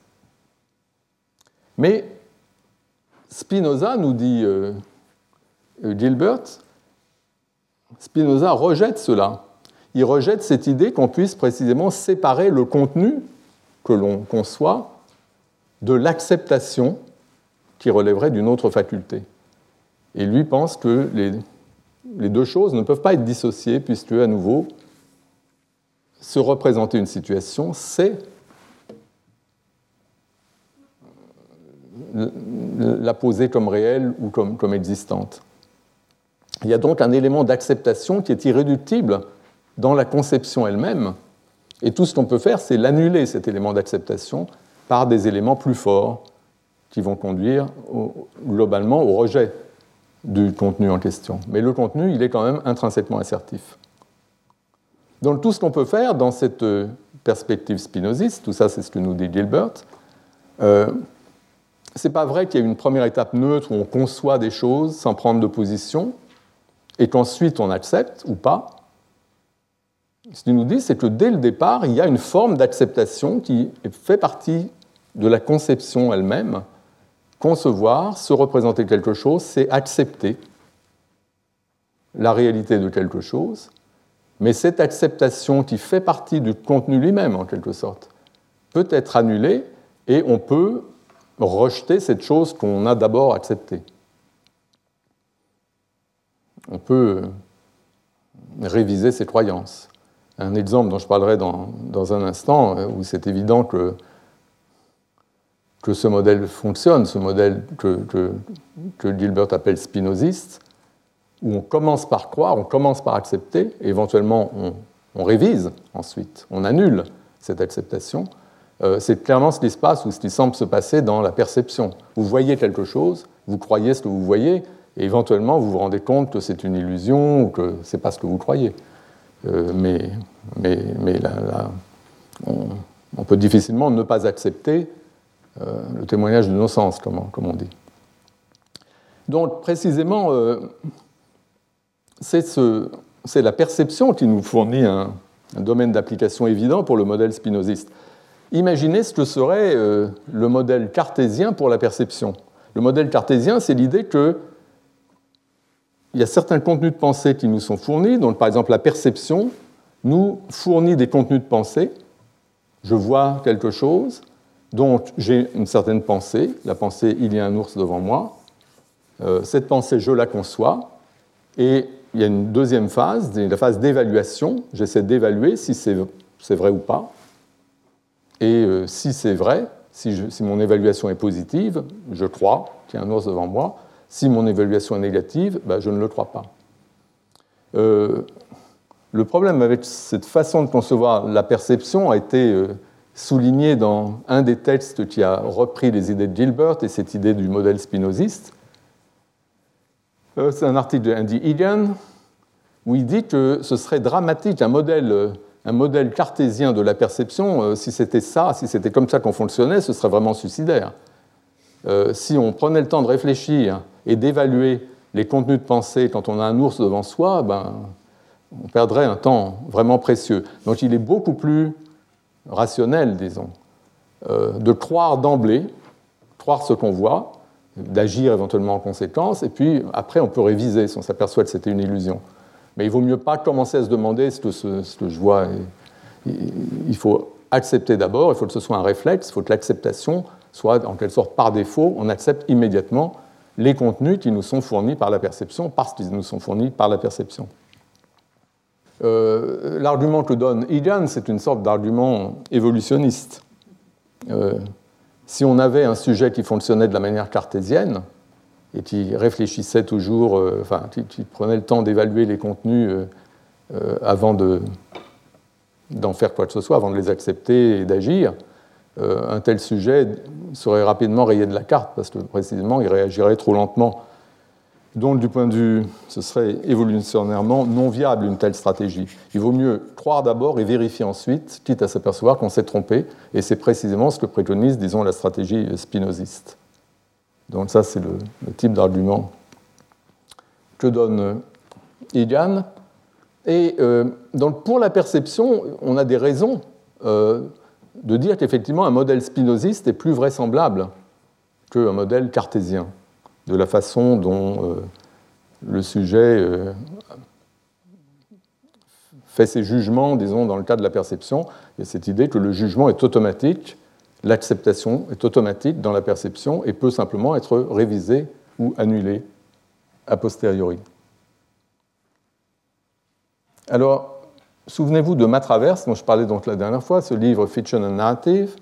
Mais Spinoza, nous dit Gilbert, Spinoza rejette cela. Il rejette cette idée qu'on puisse précisément séparer le contenu que l'on conçoit de l'acceptation qui relèverait d'une autre faculté. Et lui pense que les deux choses ne peuvent pas être dissociées, puisque, à nouveau, se représenter une situation, c'est la poser comme réelle ou comme existante. Il y a donc un élément d'acceptation qui est irréductible dans la conception elle-même, et tout ce qu'on peut faire, c'est l'annuler, cet élément d'acceptation, par des éléments plus forts qui vont conduire globalement au rejet du contenu en question. Mais le contenu, il est quand même intrinsèquement assertif. Donc tout ce qu'on peut faire dans cette perspective spinoziste, tout ça c'est ce que nous dit Gilbert, c'est pas vrai qu'il y ait une première étape neutre où on conçoit des choses sans prendre de position et qu'ensuite on accepte ou pas. Ce qu'il nous dit, c'est que dès le départ, il y a une forme d'acceptation qui fait partie de la conception elle-même. Concevoir, se représenter quelque chose, c'est accepter la réalité de quelque chose, mais cette acceptation qui fait partie du contenu lui-même, en quelque sorte, peut être annulée et on peut rejeter cette chose qu'on a d'abord acceptée. On peut réviser ses croyances. Un exemple dont je parlerai dans un instant, où c'est évident que ce modèle fonctionne, ce modèle que Gilbert appelle spinoziste, où on commence par croire, on commence par accepter, et éventuellement on révise ensuite, on annule cette acceptation. C'est clairement ce qui se passe ou ce qui semble se passer dans la perception. Vous voyez quelque chose, vous croyez ce que vous voyez, et éventuellement vous vous rendez compte que c'est une illusion ou que ce n'est pas ce que vous croyez. Mais là, on peut difficilement ne pas accepter le témoignage de nos sens, comme on dit. Donc, précisément, c'est la perception qui nous fournit un domaine d'application évident pour le modèle spinoziste. Imaginez ce que serait le modèle cartésien pour la perception. Le modèle cartésien, c'est l'idée qu'il y a certains contenus de pensée qui nous sont fournis. Donc, par exemple, la perception nous fournit des contenus de pensée. Je vois quelque chose, donc j'ai une certaine pensée. La pensée, il y a un ours devant moi. Cette pensée, je la conçois. Et il y a une deuxième phase, la phase d'évaluation. J'essaie d'évaluer si c'est vrai ou pas. Et si c'est vrai, si mon évaluation est positive, je crois qu'il y a un ours devant moi. Si mon évaluation est négative, je ne le crois pas. Le problème avec cette façon de concevoir la perception a été souligné dans un des textes qui a repris les idées de Gilbert et cette idée du modèle spinoziste. C'est un article de Andy Egan où il dit que ce serait dramatique, un modèle cartésien de la perception, si c'était comme ça qu'on fonctionnait, ce serait vraiment suicidaire. Si on prenait le temps de réfléchir et d'évaluer les contenus de pensée quand on a un ours devant soi, on perdrait un temps vraiment précieux. Donc il est beaucoup plus rationnel, disons, de croire d'emblée, croire ce qu'on voit, d'agir éventuellement en conséquence, et puis après on peut réviser si on s'aperçoit que c'était une illusion. Mais il ne vaut mieux pas commencer à se demander ce que je vois. Il faut accepter d'abord, il faut que ce soit un réflexe, il faut que l'acceptation soit en quelque sorte par défaut, on accepte immédiatement les contenus qui nous sont fournis par la perception parce qu'ils nous sont fournis par la perception. L'argument que donne Egan, c'est une sorte d'argument évolutionniste. Si on avait un sujet qui fonctionnait de la manière cartésienne et qui réfléchissait toujours, qui prenait le temps d'évaluer les contenus avant d'en faire quoi que ce soit, avant de les accepter et d'agir, un tel sujet serait rapidement rayé de la carte parce que précisément il réagirait trop lentement. Donc, du point de vue, ce serait évolutionnairement non viable une telle stratégie. Il vaut mieux croire d'abord et vérifier ensuite, quitte à s'apercevoir qu'on s'est trompé, et c'est précisément ce que préconise, disons, la stratégie spinoziste. Donc ça, c'est le type d'argument que donne Egan. Et donc, pour la perception, on a des raisons de dire qu'effectivement, un modèle spinoziste est plus vraisemblable qu'un modèle cartésien, de la façon dont le sujet fait ses jugements, disons, dans le cas de la perception. Il y a cette idée que le jugement est automatique, l'acceptation est automatique dans la perception et peut simplement être révisée ou annulée a posteriori. Alors, souvenez-vous de Matraverse, dont je parlais donc la dernière fois, ce livre Fiction and Narrative.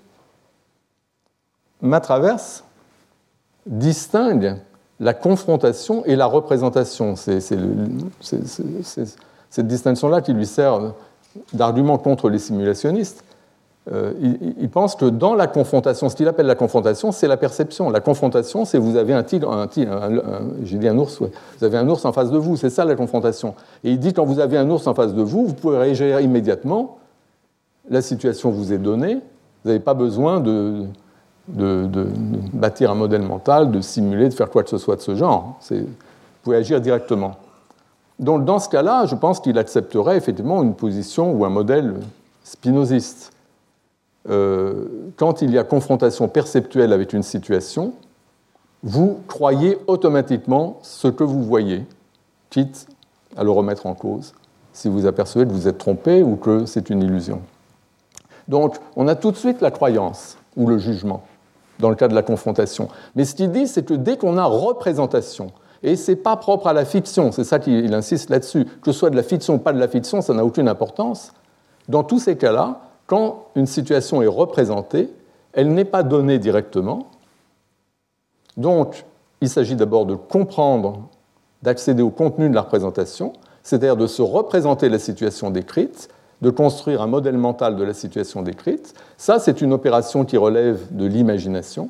Matraverse distingue la confrontation et la représentation. C'est cette distinction-là qui lui sert d'argument contre les simulationnistes. Il pense que dans la confrontation, ce qu'il appelle la confrontation, c'est la perception. La confrontation, c'est vous avez j'ai dit un ours, ouais. Vous avez un ours en face de vous, c'est ça la confrontation. Et il dit quand vous avez un ours en face de vous, vous pouvez réagir immédiatement, la situation vous est donnée, vous n'avez pas besoin de bâtir un modèle mental, de simuler, de faire quoi que ce soit de ce genre. Vous pouvez agir directement. Donc dans ce cas-là, je pense qu'il accepterait effectivement une position ou un modèle spinoziste. Quand il y a confrontation perceptuelle avec une situation, vous croyez automatiquement ce que vous voyez, quitte à le remettre en cause, si vous apercevez que vous êtes trompé ou que c'est une illusion. Donc, on a tout de suite la croyance ou le jugement dans le cas de la confrontation. Mais ce qu'il dit, c'est que dès qu'on a représentation, et ce n'est pas propre à la fiction, c'est ça qu'il insiste là-dessus, que ce soit de la fiction ou pas de la fiction, ça n'a aucune importance. Dans tous ces cas-là, quand une situation est représentée, elle n'est pas donnée directement. Donc, il s'agit d'abord de comprendre, d'accéder au contenu de la représentation, c'est-à-dire de se représenter la situation décrite, de construire un modèle mental de la situation décrite. Ça, c'est une opération qui relève de l'imagination.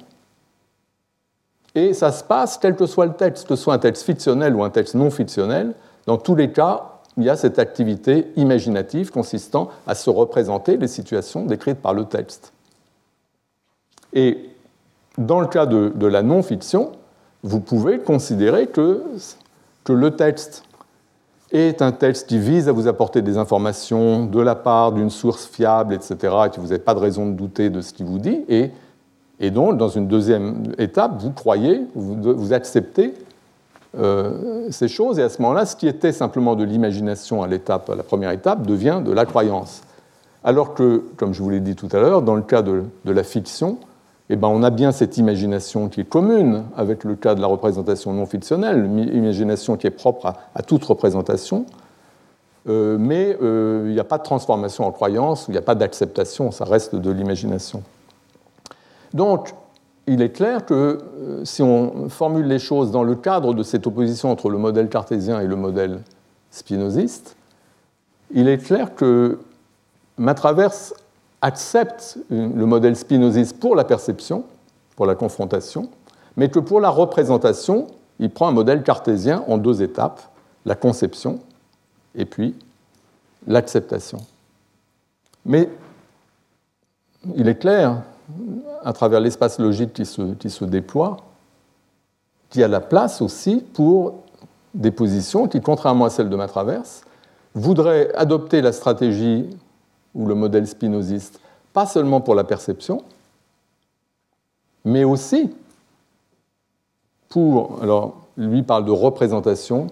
Et ça se passe quel que soit le texte, que ce soit un texte fictionnel ou un texte non fictionnel. Dans tous les cas, il y a cette activité imaginative consistant à se représenter les situations décrites par le texte. Et dans le cas de la non-fiction, vous pouvez considérer que le texte est un texte qui vise à vous apporter des informations de la part d'une source fiable, etc., et que vous n'avez pas de raison de douter de ce qu'il vous dit, et donc, dans une deuxième étape, vous croyez, vous acceptez ces choses, et à ce moment-là, ce qui était simplement de l'imagination à la première étape, devient de la croyance. Alors que, comme je vous l'ai dit tout à l'heure, dans le cas de la fiction, eh ben, on a bien cette imagination qui est commune avec le cas de la représentation non fictionnelle, une imagination qui est propre à toute représentation, mais il n'y a pas de transformation en croyance, il n'y a pas d'acceptation, ça reste de l'imagination. Donc, il est clair que si on formule les choses dans le cadre de cette opposition entre le modèle cartésien et le modèle spinoziste, il est clair que Matraverse accepte le modèle spinoziste pour la perception, pour la confrontation, mais que pour la représentation, il prend un modèle cartésien en deux étapes, la conception et puis l'acceptation. Mais il est clair, à travers l'espace logique qui se déploie, qu'il y a la place aussi pour des positions qui, contrairement à celles de Matraverse, voudraient adopter la stratégie ou le modèle spinoziste, pas seulement pour la perception, mais aussi pour... Alors, lui parle de représentation.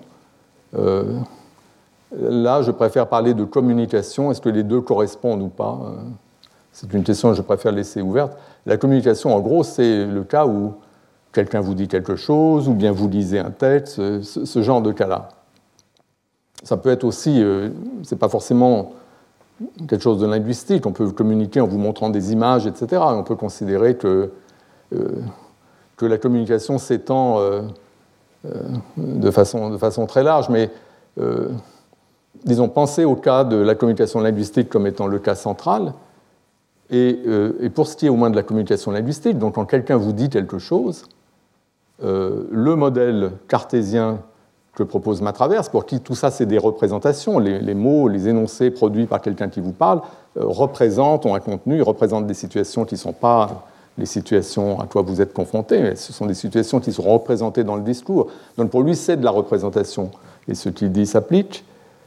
Là, je préfère parler de communication. Est-ce que les deux correspondent ou pas ? C'est une question que je préfère laisser ouverte. La communication, en gros, c'est le cas où quelqu'un vous dit quelque chose, ou bien vous lisez un texte, ce genre de cas-là. Ça peut être aussi, c'est pas forcément quelque chose de linguistique, on peut communiquer en vous montrant des images, etc. On peut considérer que la communication s'étend de façon très large, mais disons, pensez au cas de la communication linguistique comme étant le cas central. Et pour ce qui est au moins de la communication linguistique, donc quand quelqu'un vous dit quelque chose, le modèle cartésien que propose Matraverse, pour qui tout ça c'est des représentations, les mots, les énoncés produits par quelqu'un qui vous parle, ont un contenu, ils représentent des situations qui ne sont pas les situations à quoi vous êtes confrontés, mais ce sont des situations qui sont représentées dans le discours. Donc pour lui, c'est de la représentation. Et ce qu'il dit s'applique.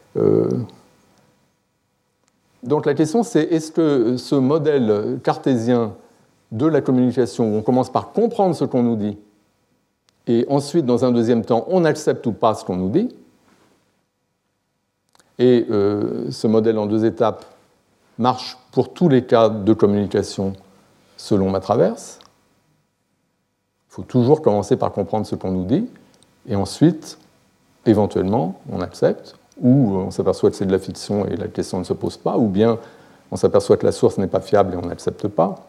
Donc la question, c'est est-ce que ce modèle cartésien de la communication, où on commence par comprendre ce qu'on nous dit, et ensuite, dans un deuxième temps, on accepte ou pas ce qu'on nous dit, et ce modèle en deux étapes marche pour tous les cas de communication selon Matraverse. Il faut toujours commencer par comprendre ce qu'on nous dit, et ensuite, éventuellement, on accepte, ou on s'aperçoit que c'est de la fiction et la question ne se pose pas, ou bien on s'aperçoit que la source n'est pas fiable et on n'accepte pas.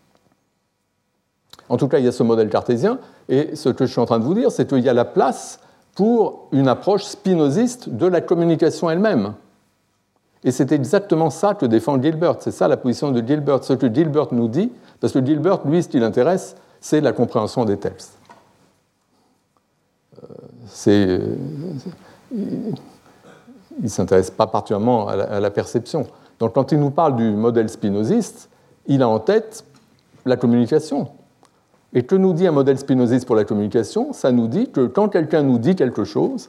En tout cas, il y a ce modèle cartésien, et ce que je suis en train de vous dire, c'est qu'il y a la place pour une approche spinoziste de la communication elle-même. Et c'est exactement ça que défend Gilbert, c'est ça la position de Gilbert. Ce que Gilbert nous dit, parce que Gilbert, lui, ce qui l'intéresse, c'est la compréhension des textes. Il ne s'intéresse pas particulièrement à la perception. Donc quand il nous parle du modèle spinoziste, il a en tête la communication. Et que nous dit un modèle spinoziste pour la communication? Ça nous dit que quand quelqu'un nous dit quelque chose,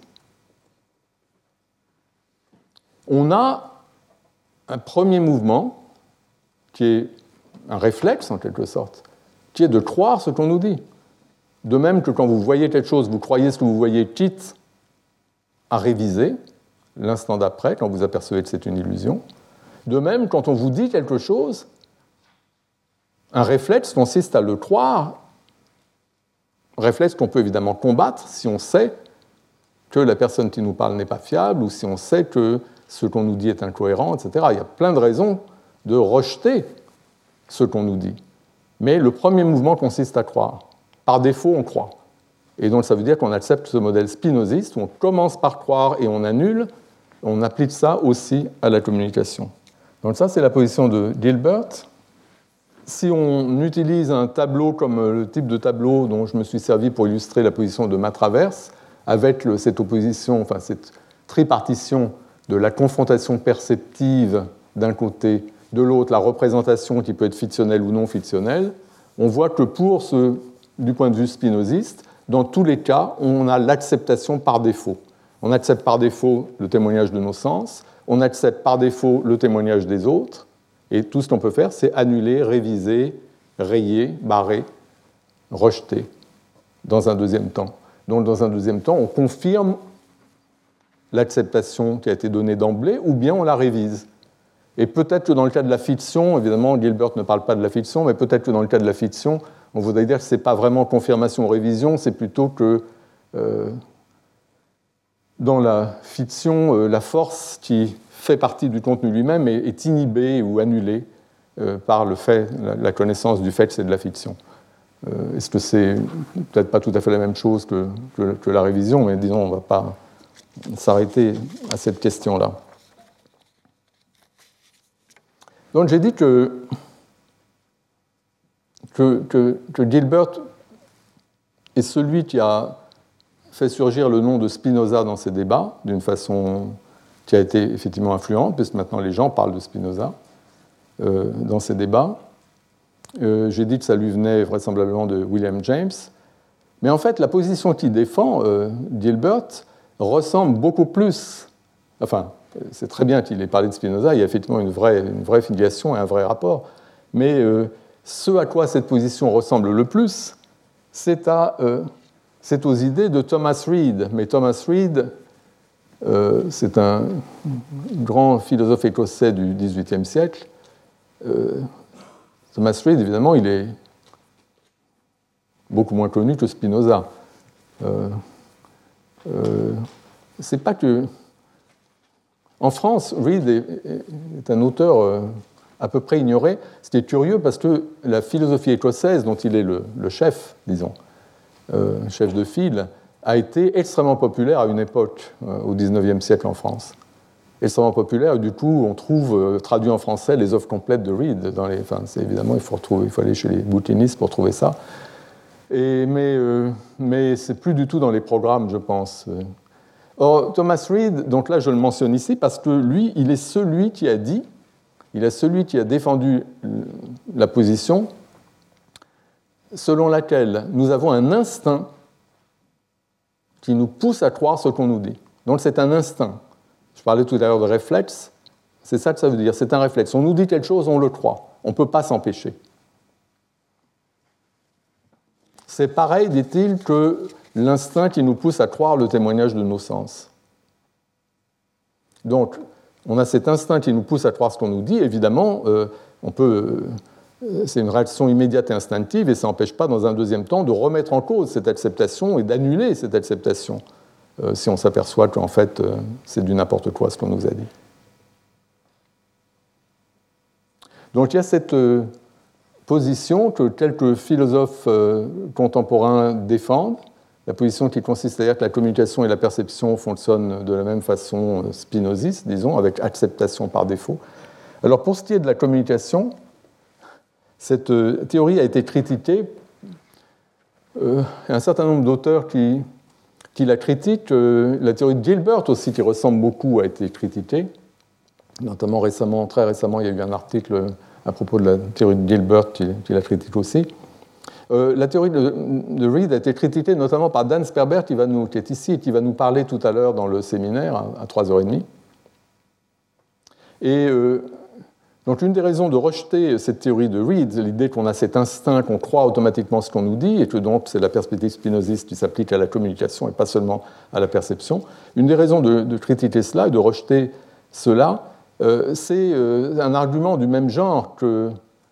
on a un premier mouvement qui est un réflexe en quelque sorte, qui est de croire ce qu'on nous dit. De même que quand vous voyez quelque chose, vous croyez ce que vous voyez, quitte à réviser l'instant d'après, quand vous apercevez que c'est une illusion. De même, quand on vous dit quelque chose, un réflexe consiste à le croire, réflexe qu'on peut évidemment combattre si on sait que la personne qui nous parle n'est pas fiable ou si on sait que ce qu'on nous dit est incohérent, etc. Il y a plein de raisons de rejeter ce qu'on nous dit. Mais le premier mouvement consiste à croire. Par défaut, on croit. Et donc ça veut dire qu'on accepte ce modèle spinoziste où on commence par croire et on annule. On applique ça aussi à la communication. Donc ça, c'est la position de Gilbert. Si on utilise un tableau comme le type de tableau dont je me suis servi pour illustrer la position de Matraverse, avec cette opposition, enfin cette tripartition de la confrontation perceptive d'un côté, de l'autre la représentation qui peut être fictionnelle ou non fictionnelle, on voit que du point de vue spinoziste, dans tous les cas, on a l'acceptation par défaut. On accepte par défaut le témoignage de nos sens, on accepte par défaut le témoignage des autres, et tout ce qu'on peut faire, c'est annuler, réviser, rayer, barrer, rejeter, dans un deuxième temps. Donc, dans un deuxième temps, on confirme l'acceptation qui a été donnée d'emblée, ou bien on la révise. Et peut-être que dans le cas de la fiction, évidemment, Gilbert ne parle pas de la fiction, mais peut-être que dans le cas de la fiction, on voudrait dire que ce n'est pas vraiment confirmation ou révision, c'est plutôt que dans la fiction, la force qui fait partie du contenu lui-même est inhibée ou annulée par le fait, la connaissance du fait que c'est de la fiction. Est-ce que c'est peut-être pas tout à fait la même chose que la révision, mais disons, on ne va pas s'arrêter à cette question-là. Donc j'ai dit que Gilbert est celui qui a fait surgir le nom de Spinoza dans ses débats, d'une façon qui a été effectivement influente, puisque maintenant les gens parlent de Spinoza dans ses débats. J'ai dit que ça lui venait vraisemblablement de William James. Mais en fait, la position qu'il défend, Gilbert, ressemble beaucoup plus... Enfin, c'est très bien qu'il ait parlé de Spinoza, il y a effectivement une vraie filiation et un vrai rapport. Mais ce à quoi cette position ressemble le plus, c'est aux idées de Thomas Reid. Mais Thomas Reid, c'est un grand philosophe écossais du XVIIIe siècle. Thomas Reid, évidemment, il est beaucoup moins connu que Spinoza. C'est pas que... En France, Reid est un auteur à peu près ignoré, ce qui est curieux parce que la philosophie écossaise, dont il est le chef, disons, chef de file, a été extrêmement populaire à une époque, au XIXe siècle en France. Extrêmement populaire, et du coup, on trouve traduit en français les œuvres complètes de Reid. C'est évidemment, il faut aller chez les bouquinistes pour trouver ça. Mais c'est plus du tout dans les programmes, je pense. Or, Thomas Reid, donc là je le mentionne ici parce que lui, il est celui qui a défendu la position selon laquelle nous avons un instinct qui nous pousse à croire ce qu'on nous dit. Donc c'est un instinct. Je parlais tout à l'heure de réflexe, c'est ça que ça veut dire, c'est un réflexe. On nous dit quelque chose, on le croit. On ne peut pas s'empêcher. C'est pareil, dit-il, que l'instinct qui nous pousse à croire le témoignage de nos sens. Donc, on a cet instinct qui nous pousse à croire ce qu'on nous dit. Évidemment, c'est une réaction immédiate et instinctive, et ça n'empêche pas, dans un deuxième temps, de remettre en cause cette acceptation et d'annuler cette acceptation si on s'aperçoit qu'en fait, c'est du n'importe quoi ce qu'on nous a dit. Donc il y a cette position que quelques philosophes contemporains défendent, la position qui consiste à dire que la communication et la perception fonctionnent de la même façon spinoziste, disons, avec acceptation par défaut. Alors pour ce qui est de la communication, cette théorie a été critiquée. Il y a un certain nombre d'auteurs qui la critiquent. La théorie de Gilbert aussi, qui ressemble beaucoup, a été critiquée. Notamment récemment, très récemment, il y a eu un article à propos de la théorie de Gilbert qui la critique aussi. La théorie de Reid a été critiquée notamment par Dan Sperber, qui est ici et qui va nous parler tout à l'heure dans le séminaire à 3h30. Et donc une des raisons de rejeter cette théorie de Reid, l'idée qu'on a cet instinct, qu'on croit automatiquement ce qu'on nous dit, et que donc c'est la perspective spinoziste qui s'applique à la communication et pas seulement à la perception. Une des raisons de critiquer cela et de rejeter cela, c'est un argument du même genre que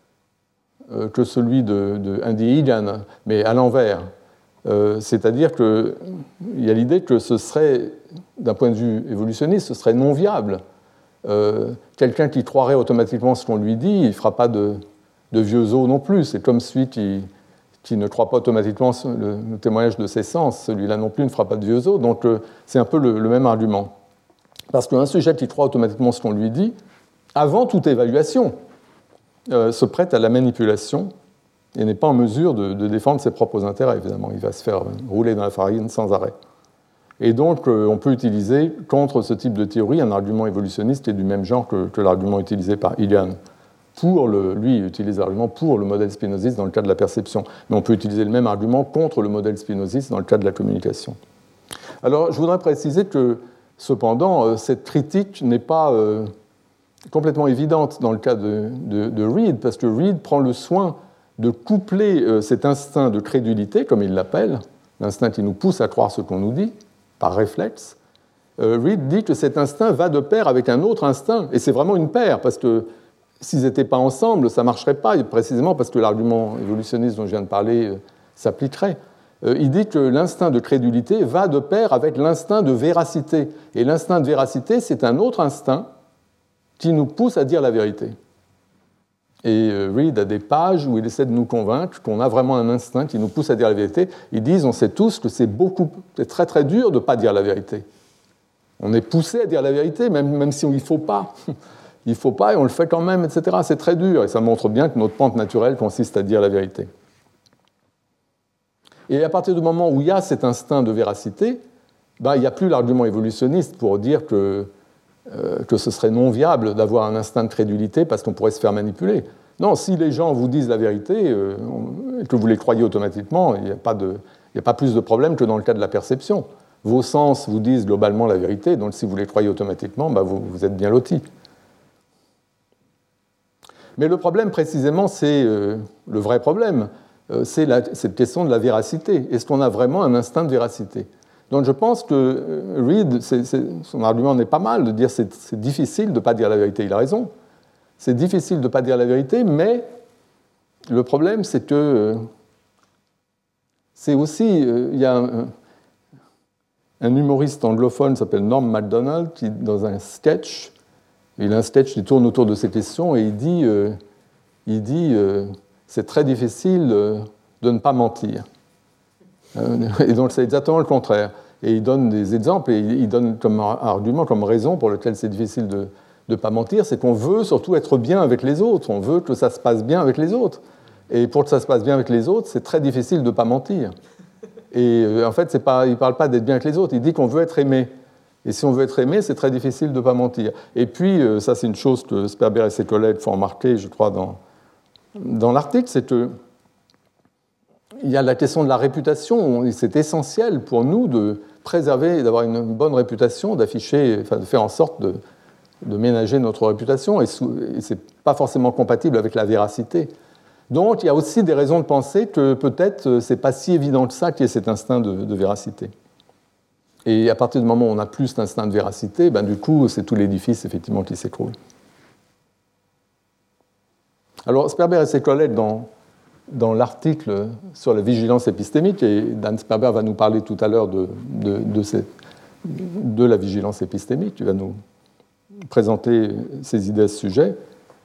celui de Andy Egan, mais à l'envers. C'est-à-dire qu'il y a l'idée que ce serait, d'un point de vue évolutionniste, ce serait non viable. Quelqu'un qui croirait automatiquement ce qu'on lui dit, il ne fera pas de vieux os non plus. C'est comme celui qui ne croit pas automatiquement le témoignage de ses sens. Celui-là non plus ne fera pas de vieux os. Donc c'est un peu le même argument. Parce qu'un sujet qui croit automatiquement ce qu'on lui dit, avant toute évaluation, se prête à la manipulation et n'est pas en mesure de défendre ses propres intérêts, évidemment. Il va se faire rouler dans la farine sans arrêt. Et donc, on peut utiliser contre ce type de théorie un argument évolutionniste qui est du même genre que l'argument utilisé par Egan. Lui, il utilise l'argument pour le modèle spinoziste dans le cas de la perception. Mais on peut utiliser le même argument contre le modèle spinoziste dans le cas de la communication. Alors, je voudrais préciser que, cependant, cette critique n'est pas complètement évidente dans le cas de Reid, parce que Reid prend le soin de coupler cet instinct de crédulité, comme il l'appelle, l'instinct qui nous pousse à croire ce qu'on nous dit, par réflexe. Reid dit que cet instinct va de pair avec un autre instinct, et c'est vraiment une paire, parce que s'ils n'étaient pas ensemble, ça ne marcherait pas, précisément parce que l'argument évolutionniste dont je viens de parler s'appliquerait. Il dit que l'instinct de crédulité va de pair avec l'instinct de véracité, et l'instinct de véracité, c'est un autre instinct qui nous pousse à dire la vérité. Et Reid a des pages où il essaie de nous convaincre qu'on a vraiment un instinct qui nous pousse à dire la vérité. Ils disent, on sait tous que c'est très très dur de ne pas dire la vérité. On est poussé à dire la vérité, même si il ne faut pas. Il ne faut pas et on le fait quand même, etc. C'est très dur et ça montre bien que notre pente naturelle consiste à dire la vérité. Et à partir du moment où il y a cet instinct de véracité, il n'y a plus l'argument évolutionniste pour dire que ce serait non viable d'avoir un instinct de crédulité parce qu'on pourrait se faire manipuler. Non, si les gens vous disent la vérité et que vous les croyez automatiquement, il n'y a pas plus de problème que dans le cas de la perception. Vos sens vous disent globalement la vérité, donc si vous les croyez automatiquement, vous êtes bien lotis. Mais le problème, précisément, c'est le vrai problème, c'est cette question de la véracité. Est-ce qu'on a vraiment un instinct de véracité ? Donc je pense que Reid, son argument n'est pas mal de dire que c'est difficile de ne pas dire la vérité. Il a raison. C'est difficile de ne pas dire la vérité, mais le problème, c'est que c'est aussi... il y a un humoriste anglophone qui s'appelle Norm MacDonald qui, dans un sketch, il a un sketch qui tourne autour de ces questions et il dit c'est très difficile de ne pas mentir. Et donc c'est exactement le contraire. Et il donne des exemples et il donne comme argument, comme raison pour laquelle c'est difficile de ne pas mentir, c'est qu'on veut surtout être bien avec les autres, on veut que ça se passe bien avec les autres. Et pour que ça se passe bien avec les autres, c'est très difficile de ne pas mentir. Et en fait, il ne parle pas d'être bien avec les autres, il dit qu'on veut être aimé. Et si on veut être aimé, c'est très difficile de ne pas mentir. Et puis, ça c'est une chose que Sperber et ses collègues font remarquer, je crois, dans l'article, c'est que il y a la question de la réputation. C'est essentiel pour nous de préserver, d'avoir une bonne réputation, d'afficher, enfin, de faire en sorte de ménager notre réputation. Et ce n'est pas forcément compatible avec la véracité. Donc, il y a aussi des raisons de penser que peut-être ce n'est pas si évident que ça qu'il y ait cet instinct de véracité. Et à partir du moment où on n'a plus cet instinct de véracité, du coup, c'est tout l'édifice, effectivement, qui s'écroule. Alors, Sperber et ses collègues, dans l'article sur la vigilance épistémique, et Dan Sperber va nous parler tout à l'heure de de la vigilance épistémique, qui va nous présenter ses idées à ce sujet.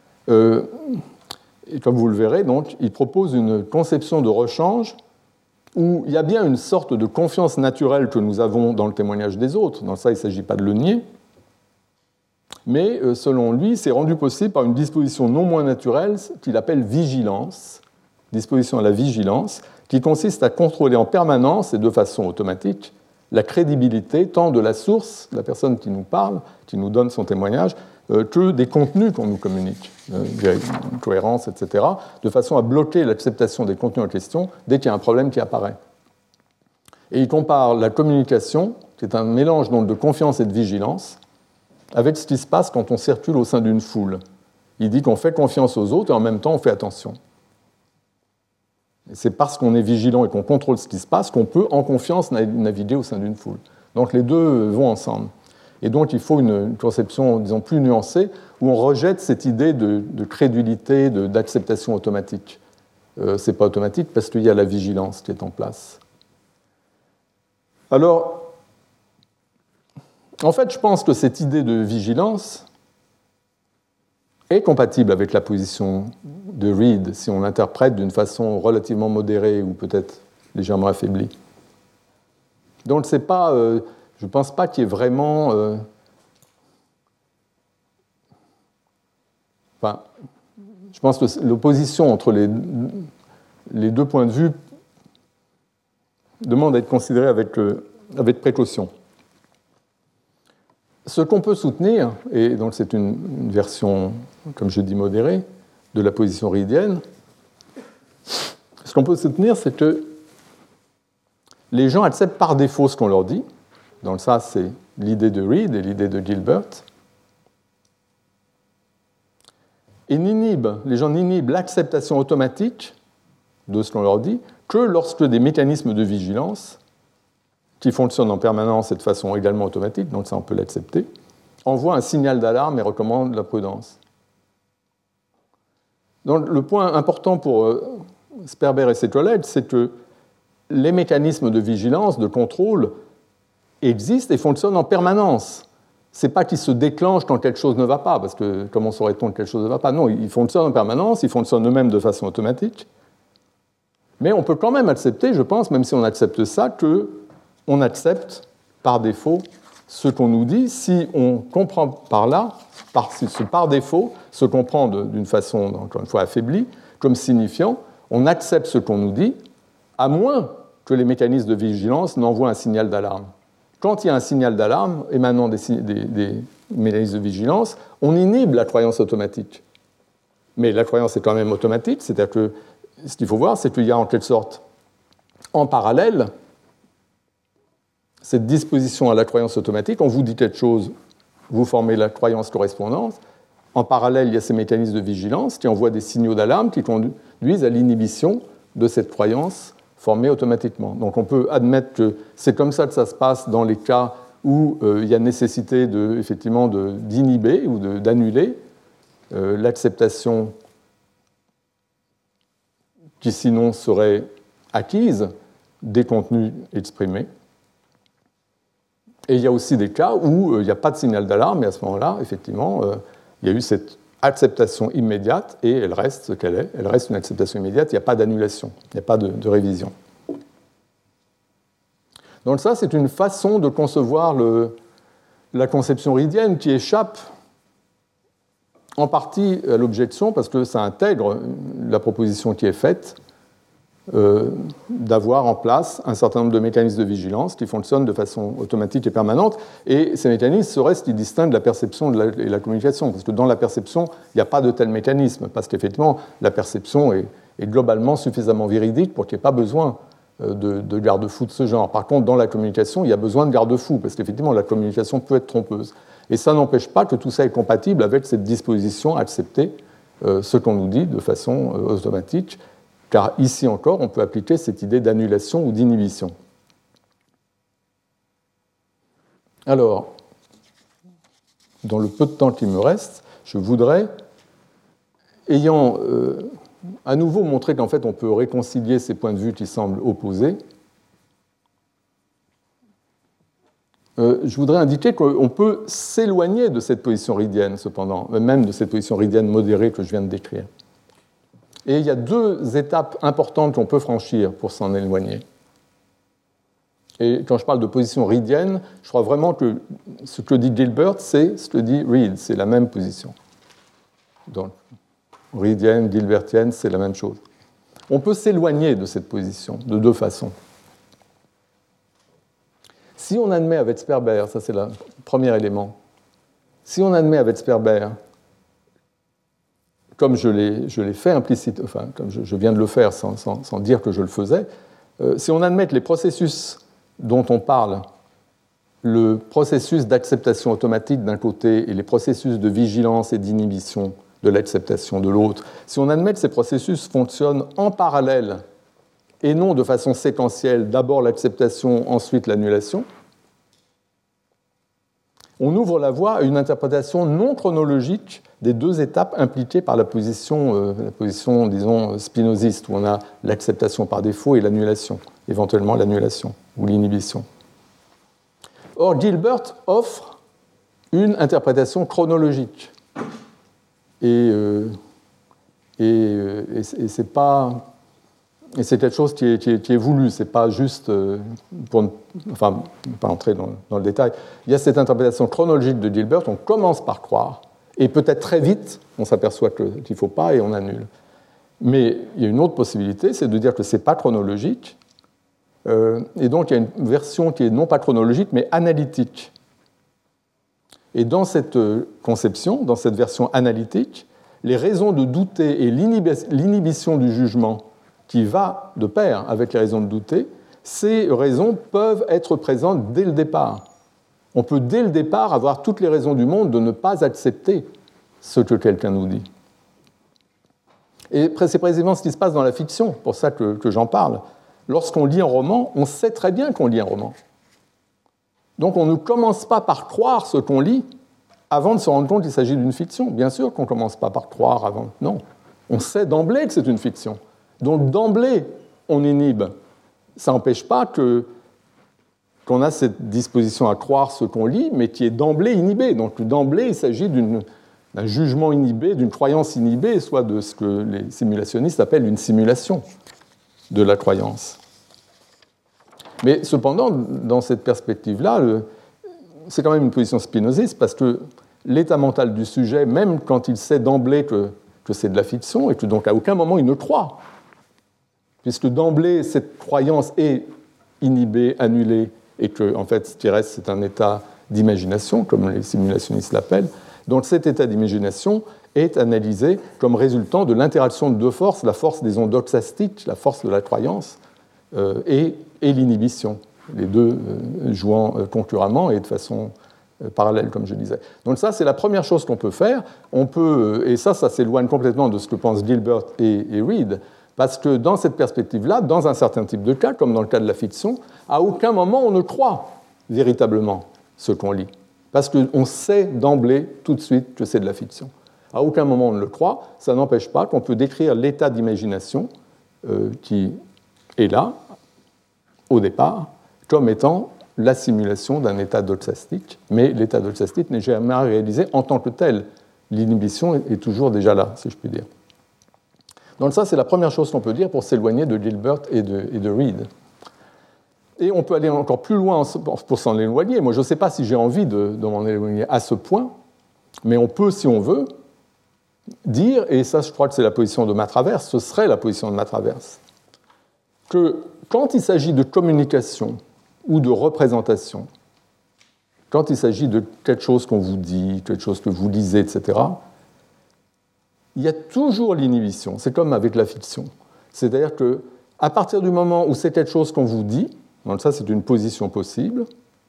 Et comme vous le verrez, donc, il propose une conception de rechange où il y a bien une sorte de confiance naturelle que nous avons dans le témoignage des autres. Dans ça, il ne s'agit pas de le nier. Mais selon lui, c'est rendu possible par une disposition non moins naturelle qu'il appelle vigilance, disposition à la vigilance, qui consiste à contrôler en permanence et de façon automatique la crédibilité tant de la source, la personne qui nous parle, qui nous donne son témoignage, que des contenus qu'on nous communique, une cohérence, etc., de façon à bloquer l'acceptation des contenus en question dès qu'il y a un problème qui apparaît. Et il compare la communication, qui est un mélange donc de confiance et de vigilance, avec ce qui se passe quand on circule au sein d'une foule. Il dit qu'on fait confiance aux autres et en même temps on fait attention. Et c'est parce qu'on est vigilant et qu'on contrôle ce qui se passe qu'on peut en confiance naviguer au sein d'une foule. Donc les deux vont ensemble. Et donc il faut une conception, disons, plus nuancée, où on rejette cette idée de crédulité, d'acceptation automatique. Ce n'est pas automatique parce qu'il y a la vigilance qui est en place. Alors, en fait, je pense que cette idée de vigilance est compatible avec la position de Reid, si on l'interprète d'une façon relativement modérée ou peut-être légèrement affaiblie. Donc, c'est pas, je ne pense pas qu'il y ait vraiment... Enfin, je pense que l'opposition entre les deux points de vue demande à être considérée avec précaution. Ce qu'on peut soutenir, et donc c'est une version, comme je dis, modérée, de la position reidienne, ce qu'on peut soutenir, c'est que les gens acceptent par défaut ce qu'on leur dit. Donc ça, c'est l'idée de Reid et l'idée de Gilbert. Et les gens n'inhibent l'acceptation automatique de ce qu'on leur dit que lorsque des mécanismes de vigilance, qui fonctionnent en permanence et de façon également automatique, donc ça on peut l'accepter, envoient un signal d'alarme et recommandent la prudence. Donc le point important pour Sperber et ses collègues, c'est que les mécanismes de vigilance, de contrôle, existent et fonctionnent en permanence. Ce n'est pas qu'ils se déclenchent quand quelque chose ne va pas, parce que comment saurait-on que quelque chose ne va pas? Non, ils fonctionnent en permanence, ils fonctionnent eux-mêmes de façon automatique. Mais on peut quand même accepter, je pense, même si on accepte ça, qu'on accepte par défaut ce qu'on nous dit, si on comprend par là, par défaut, se comprend d'une façon, encore une fois, affaiblie, comme signifiant, on accepte ce qu'on nous dit, à moins que les mécanismes de vigilance n'envoient un signal d'alarme. Quand il y a un signal d'alarme émanant des mécanismes de vigilance, on inhibe la croyance automatique. Mais la croyance est quand même automatique, c'est-à-dire que ce qu'il faut voir, c'est qu'il y a en quelque sorte, en parallèle, cette disposition à la croyance automatique. On vous dit quelque chose, vous formez la croyance correspondante. En parallèle, il y a ces mécanismes de vigilance qui envoient des signaux d'alarme qui conduisent à l'inhibition de cette croyance formée automatiquement. Donc on peut admettre que c'est comme ça que ça se passe dans les cas où il y a nécessité effectivement d'inhiber ou d'annuler l'acceptation qui sinon serait acquise des contenus exprimés. Et il y a aussi des cas où il n'y a pas de signal d'alarme, et à ce moment-là, effectivement, il y a eu cette acceptation immédiate, et elle reste ce qu'elle est. Elle reste une acceptation immédiate, il n'y a pas d'annulation, il n'y a pas de révision. Donc ça, c'est une façon de concevoir la conception reidienne qui échappe en partie à l'objection, parce que ça intègre la proposition qui est faite d'avoir en place un certain nombre de mécanismes de vigilance qui fonctionnent de façon automatique et permanente, et ces mécanismes seraient ce qui distingue la perception et la communication, parce que dans la perception, il n'y a pas de tel mécanisme, parce qu'effectivement, la perception est globalement suffisamment véridique pour qu'il n'y ait pas besoin de garde-fous de ce genre. Par contre, dans la communication, il y a besoin de garde-fous, parce qu'effectivement, la communication peut être trompeuse. Et ça n'empêche pas que tout ça est compatible avec cette disposition à accepter ce qu'on nous dit de façon automatique, car ici encore, on peut appliquer cette idée d'annulation ou d'inhibition. Alors, dans le peu de temps qui me reste, je voudrais, ayant à nouveau montré qu'en fait on peut réconcilier ces points de vue qui semblent opposés, je voudrais indiquer qu'on peut s'éloigner de cette position riedienne, cependant, même de cette position riedienne modérée que je viens de décrire. Et il y a deux étapes importantes qu'on peut franchir pour s'en éloigner. Et quand je parle de position riedienne, je crois vraiment que ce que dit Gilbert, c'est ce que dit Reid, c'est la même position. Donc, riedienne, gilbertienne, c'est la même chose. On peut s'éloigner de cette position de deux façons. Si on admet à Wetzberger, ça c'est le premier élément, si on admet à Wetzberger, comme je l'ai fait implicite, enfin, comme je viens de le faire sans dire que je le faisais, si on admet que les processus dont on parle, le processus d'acceptation automatique d'un côté et les processus de vigilance et d'inhibition de l'acceptation de l'autre, si on admet que ces processus fonctionnent en parallèle et non de façon séquentielle, d'abord l'acceptation, ensuite l'annulation, on ouvre la voie à une interprétation non chronologique des deux étapes impliquées par la position, disons, spinoziste, où on a l'acceptation par défaut et l'annulation, éventuellement l'annulation ou l'inhibition. Or, Gilbert offre une interprétation chronologique. Et c'est pas... Et c'est quelque chose qui est voulu, c'est pas juste pour enfin, pas entrer dans le détail. Il y a cette interprétation chronologique de Gilbert, on commence par croire, et peut-être très vite, on s'aperçoit qu'il ne faut pas et on annule. Mais il y a une autre possibilité, c'est de dire que ce n'est pas chronologique, et donc il y a une version qui est non pas chronologique, mais analytique. Et dans cette conception, dans cette version analytique, les raisons de douter et l'inhibition du jugement qui va de pair avec les raisons de douter, ces raisons peuvent être présentes dès le départ. On peut dès le départ avoir toutes les raisons du monde de ne pas accepter ce que quelqu'un nous dit. Et c'est précisément ce qui se passe dans la fiction, pour ça que j'en parle. Lorsqu'on lit un roman, on sait très bien qu'on lit un roman. Donc on ne commence pas par croire ce qu'on lit avant de se rendre compte qu'il s'agit d'une fiction. Bien sûr qu'on ne commence pas par croire avant. Non. On sait d'emblée que c'est une fiction. Donc d'emblée, on inhibe. Ça n'empêche pas qu'on a cette disposition à croire ce qu'on lit, mais qui est d'emblée inhibée. Donc d'emblée, il s'agit d'un jugement inhibé, d'une croyance inhibée, soit de ce que les simulationnistes appellent une simulation de la croyance. Mais cependant, dans cette perspective-là, c'est quand même une position spinoziste, parce que l'état mental du sujet, même quand il sait d'emblée que c'est de la fiction, et que donc à aucun moment il ne croit, puisque d'emblée, cette croyance est inhibée, annulée, et que, en fait, ce qui reste, c'est un état d'imagination, comme les simulationnistes l'appellent. Donc cet état d'imagination est analysé comme résultant de l'interaction de deux forces, la force des ondes doxastiques, la force de la croyance, et l'inhibition, les deux jouant concurremment et de façon parallèle, comme je disais. Donc ça, c'est la première chose qu'on peut faire. On peut, et ça s'éloigne complètement de ce que pensent Gilbert et Reid, parce que dans cette perspective-là, dans un certain type de cas, comme dans le cas de la fiction, à aucun moment on ne croit véritablement ce qu'on lit. Parce qu'on sait d'emblée, tout de suite, que c'est de la fiction. À aucun moment on ne le croit, ça n'empêche pas qu'on peut décrire l'état d'imagination qui est là, au départ, comme étant la simulation d'un état doxastique, mais l'état doxastique n'est jamais réalisé en tant que tel. L'inhibition est toujours déjà là, si je puis dire. Donc ça, c'est la première chose qu'on peut dire pour s'éloigner de Gilbert et de Reid. Et on peut aller encore plus loin pour s'en éloigner. Moi, je ne sais pas si j'ai envie de m'en éloigner à ce point, mais on peut, si on veut, dire, et ça, je crois que c'est la position de Matraverse, ce serait la position de Matraverse, que quand il s'agit de communication ou de représentation, quand il s'agit de quelque chose qu'on vous dit, quelque chose que vous lisez, etc., il y a toujours l'inhibition. C'est comme avec la fiction. C'est-à-dire qu'à partir du moment où c'est quelque chose qu'on vous dit, donc ça c'est une position possible,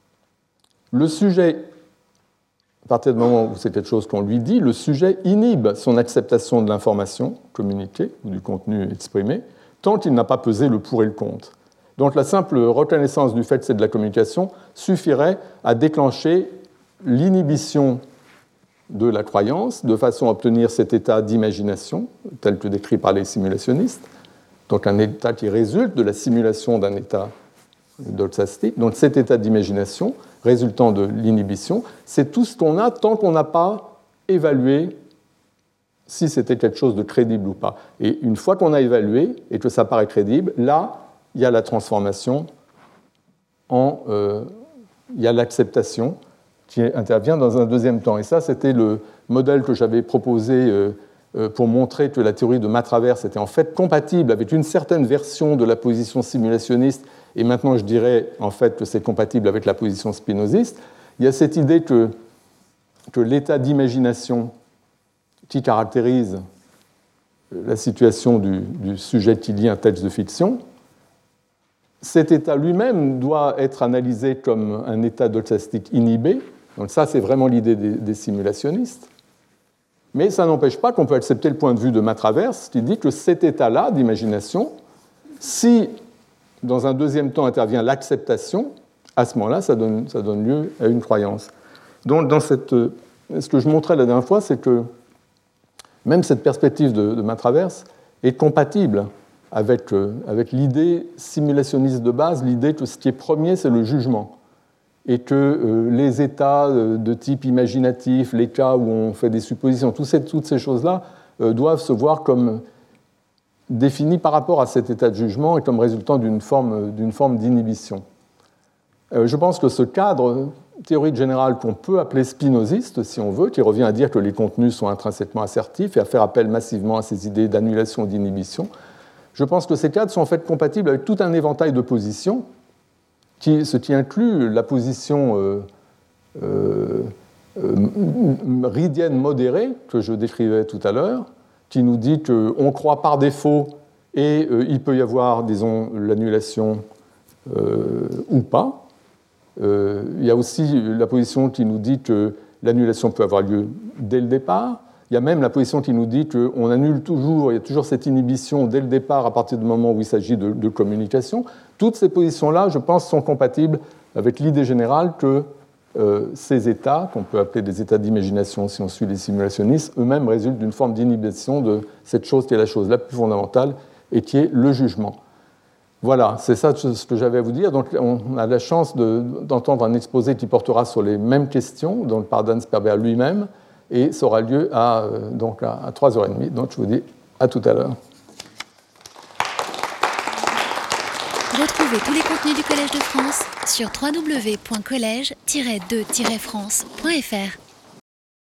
le sujet, à partir du moment où c'est quelque chose qu'on lui dit, le sujet inhibe son acceptation de l'information communiquée ou du contenu exprimé, tant qu'il n'a pas pesé le pour et le contre. Donc la simple reconnaissance du fait que c'est de la communication suffirait à déclencher l'inhibition de la croyance, de façon à obtenir cet état d'imagination, tel que décrit par les simulationnistes, donc un état qui résulte de la simulation d'un état doxastique. Donc cet état d'imagination résultant de l'inhibition. C'est tout ce qu'on a tant qu'on n'a pas évalué si c'était quelque chose de crédible ou pas. Et une fois qu'on a évalué et que ça paraît crédible, là, il y a la transformation il y a l'acceptation qui intervient dans un deuxième temps. Et ça, c'était le modèle que j'avais proposé pour montrer que la théorie de Matravers était en fait compatible avec une certaine version de la position simulationniste, et maintenant je dirais en fait que c'est compatible avec la position spinoziste. Il y a cette idée que l'état d'imagination qui caractérise la situation du sujet qui lit un texte de fiction, cet état lui-même doit être analysé comme un état doxastique inhibé. Donc ça, c'est vraiment l'idée des simulationnistes. Mais ça n'empêche pas qu'on peut accepter le point de vue de Matravers, qui dit que cet état-là d'imagination, si dans un deuxième temps intervient l'acceptation, à ce moment-là, ça donne lieu à une croyance. Donc, ce que je montrais la dernière fois, c'est que même cette perspective de Matravers est compatible avec l'idée simulationniste de base, l'idée que ce qui est premier, c'est le jugement, et que les états de type imaginatif, les cas où on fait des suppositions, toutes ces choses-là doivent se voir comme définies par rapport à cet état de jugement et comme résultant d'une forme d'inhibition. Je pense que ce cadre théorique générale qu'on peut appeler spinoziste, si on veut, qui revient à dire que les contenus sont intrinsèquement assertifs et à faire appel massivement à ces idées d'annulation et d'inhibition, je pense que ces cadres sont en fait compatibles avec tout un éventail de positions, ce qui inclut la position riedienne modérée que je décrivais tout à l'heure, qui nous dit qu'on croit par défaut et il peut y avoir, disons, l'annulation ou pas. Il y a aussi la position qui nous dit que l'annulation peut avoir lieu dès le départ. Il y a même la position qui nous dit qu'on annule toujours, il y a toujours cette inhibition dès le départ à partir du moment où il s'agit de communication. Toutes ces positions-là, je pense, sont compatibles avec l'idée générale que ces états, qu'on peut appeler des états d'imagination si on suit les simulationnistes, eux-mêmes résultent d'une forme d'inhibition de cette chose qui est la chose la plus fondamentale et qui est le jugement. Voilà, c'est ça ce que j'avais à vous dire. Donc, on a la chance d'entendre un exposé qui portera sur les mêmes questions, donc par Dan Sperber lui-même, et ça aura lieu à 3h30. Donc, je vous dis à tout à l'heure. Retrouvez tous les contenus du Collège de France sur www.collège-2-france.fr.